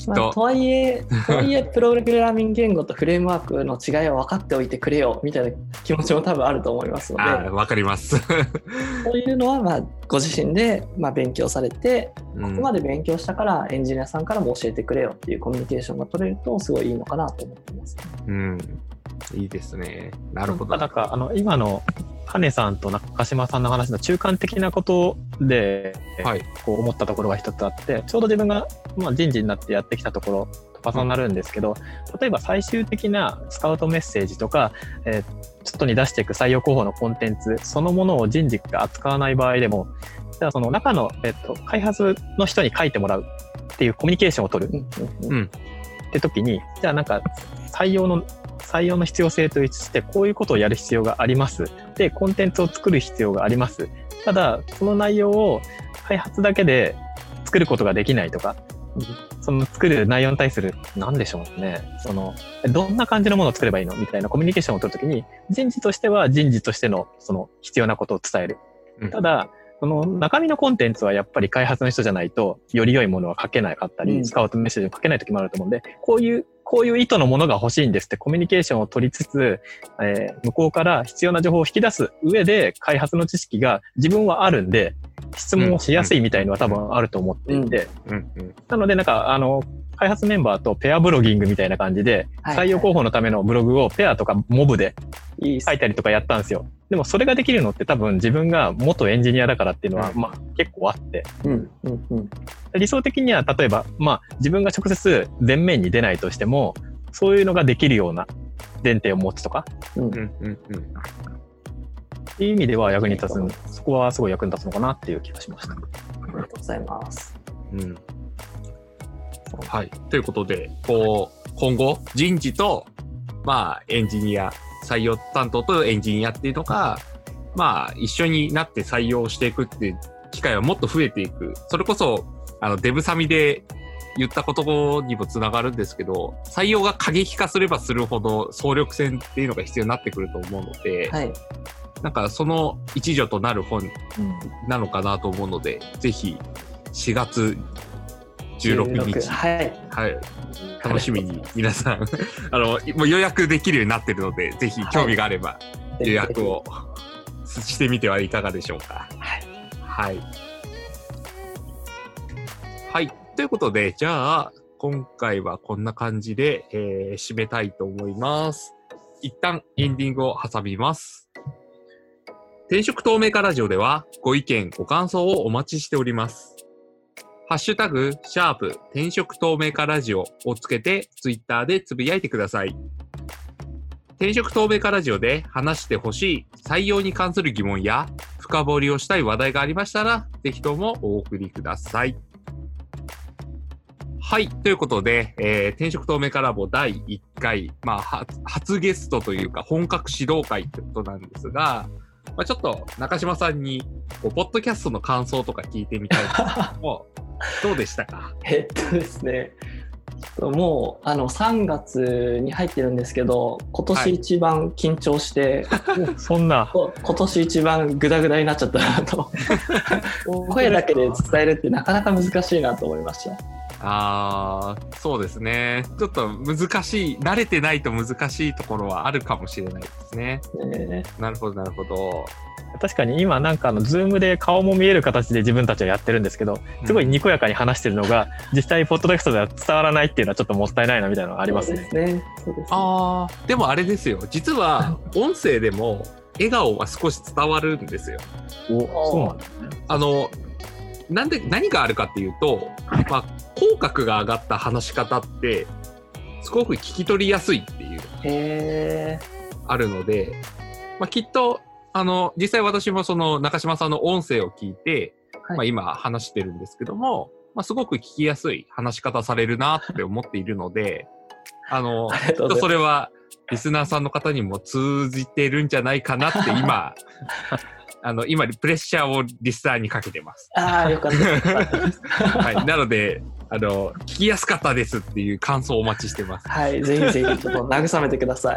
S1: きっと。
S3: まあ、とはいえ、とはいえ、プログラミング言語とフレームワークの違いを分かっておいてくれよみたいな気持ちも多分あると思いますので、
S1: あ、わかります。
S3: そういうのはまあご自身でまあ勉強されて、ここまで勉強したからエンジニアさんからも教えてくれよっていうコミュニケーションが取れるとすごいいいのかなと思ってます、ね。
S1: うん、いいですね。なるほど。
S2: なんかあの今の羽さんと中島さんの話の中間的なことで、はい、こう思ったところが一つあって、ちょうど自分がまあ人事になってやってきたところと重なるんですけど、例えば最終的なスカウトメッセージとか、えー、外に出していく採用候補のコンテンツそのものを人事が扱わない場合でも、じゃあその中の、えー、と開発の人に書いてもらうっていうコミュニケーションを取る、うん、って時に、じゃあなんか採用の採用の必要性と一致してこういうことをやる必要があります。で、コンテンツを作る必要があります。ただ、その内容を開発だけで作ることができないとか、その作る内容に対する、なんでしょうね。その、どんな感じのものを作ればいいのみたいなコミュニケーションを取るときに、人事としては人事としてのその必要なことを伝える。うん、ただ、その中身のコンテンツはやっぱり開発の人じゃないと、より良いものは書けなかったり、うん、スカウトメッセージを書けないときもあると思うんで、こういう、こういう意図のものが欲しいんですってコミュニケーションを取りつつ、えー、向こうから必要な情報を引き出す上で開発の知識が自分はあるんで、質問をしやすいみたいのは多分あると思っていて、なのでなんかあの、開発メンバーとペアブロギングみたいな感じで、採用候補のためのブログをペアとかモブで書いたりとかやったんですよ。でもそれができるのって多分自分が元エンジニアだからっていうのは、まあ結構あって、うんうんうん、理想的には例えば、まあ自分が直接前面に出ないとしても、そういうのができるような前提を持つとか、うんうんうん、っていう意味では役に立つ、そこはすごい役に立つのかなっていう気がしました。あ
S3: りがとうございます。
S1: うんはい。ということで、こう、今後、人事と、まあ、エンジニア、採用担当とエンジニアっていうのが、まあ、一緒になって採用していくっていう機会はもっと増えていく。それこそ、あの、デブサミで言ったことにもつながるんですけど、採用が過激化すればするほど総力戦っていうのが必要になってくると思うので、はい、なんかその一助となる本なのかなと思うので、うん、ぜひしがつじゅうろくにち、はい、はい、楽しみに皆さんあのもう予約できるようになってるので、ぜひ興味があれば予約をしてみてはいかがでしょうか。はい、はい、はい、ということで、じゃあ今回はこんな感じで、えー、締めたいと思います。一旦エンディングを挟みます。転職透明化ラジオではご意見ご感想をお待ちしております。ハッシュタグ、シャープ、転職透明化ラジオをつけて、ツイッターでつぶやいてください。転職透明化ラジオで話してほしい採用に関する疑問や、深掘りをしたい話題がありましたら、ぜひともお送りください。はい。ということで、えー、転職透明化ラボだいいっかい、まあ、初ゲストというか、本格指導会ってことなんですが、まあ、ちょっと中島さんに、ポッドキャストの感想とか聞いてみたいんですけども、どうでしたか？
S3: えっとですね、もうあのさんがつに入ってるんですけど、今年一番緊張して、
S2: はい、そんな
S3: 今年一番グダグダになっちゃったなと声だけで伝えるってなかなか難しいなと思いました。
S1: あー、そうですね。ちょっと難しい、慣れてないと難しいところはあるかもしれないですね。ね、なるほどなるほど。
S2: 確かに今なんかあのズームで顔も見える形で自分たちはやってるんですけど、すごいにこやかに話してるのが、うん、実際ポッドキャストでは伝わらないっていうのはちょっともったいないなみたいなのがありますね。
S3: そうですね。そうですね。
S1: あー、でもあれですよ。実は音声でも笑顔は少し伝わるんですよ。
S2: お、そうなんですね。
S1: あのなんで何があるかっていうと、まあ口角が上がった話し方ってすごく聞き取りやすいっていう
S3: へ
S1: あるので、まあ、きっとあの実際私もその中島さんの音声を聞いて、はい、まあ、今話してるんですけども、まあ、すごく聞きやすい話し方されるなって思っているので、あのきっとそれはリスナーさんの方にも通じてるんじゃないかなって今あの今プレッシャーをリスナーにかけてます。
S3: ああ、よかったです。
S1: はい、なのであの聞きやすかったですっていう感想をお待ちしてます。
S3: はい、ぜひぜひちょっと慰めてください。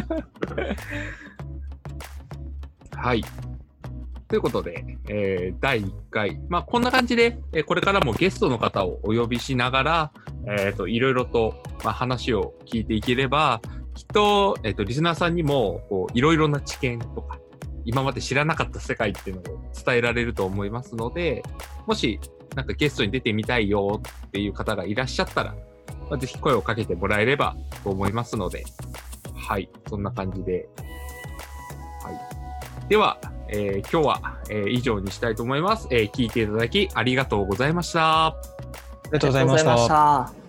S1: はい。ということで、えー、だいいっかい、まあこんな感じで、えー、これからもゲストの方をお呼びしながら、 えっと、いろいろと、まあ、話を聞いていければ、きっと、えっと、リスナーさんにも、こう、いろいろな知見とか、今まで知らなかった世界っていうのを伝えられると思いますので、もし、なんかゲストに出てみたいよっていう方がいらっしゃったら、まあ、ぜひ声をかけてもらえればと思いますので、はい、そんな感じで。はい。では、えー、今日は、えー、以上にしたいと思います。えー、聞いていただきありがとうございました。
S2: ありがとうございました。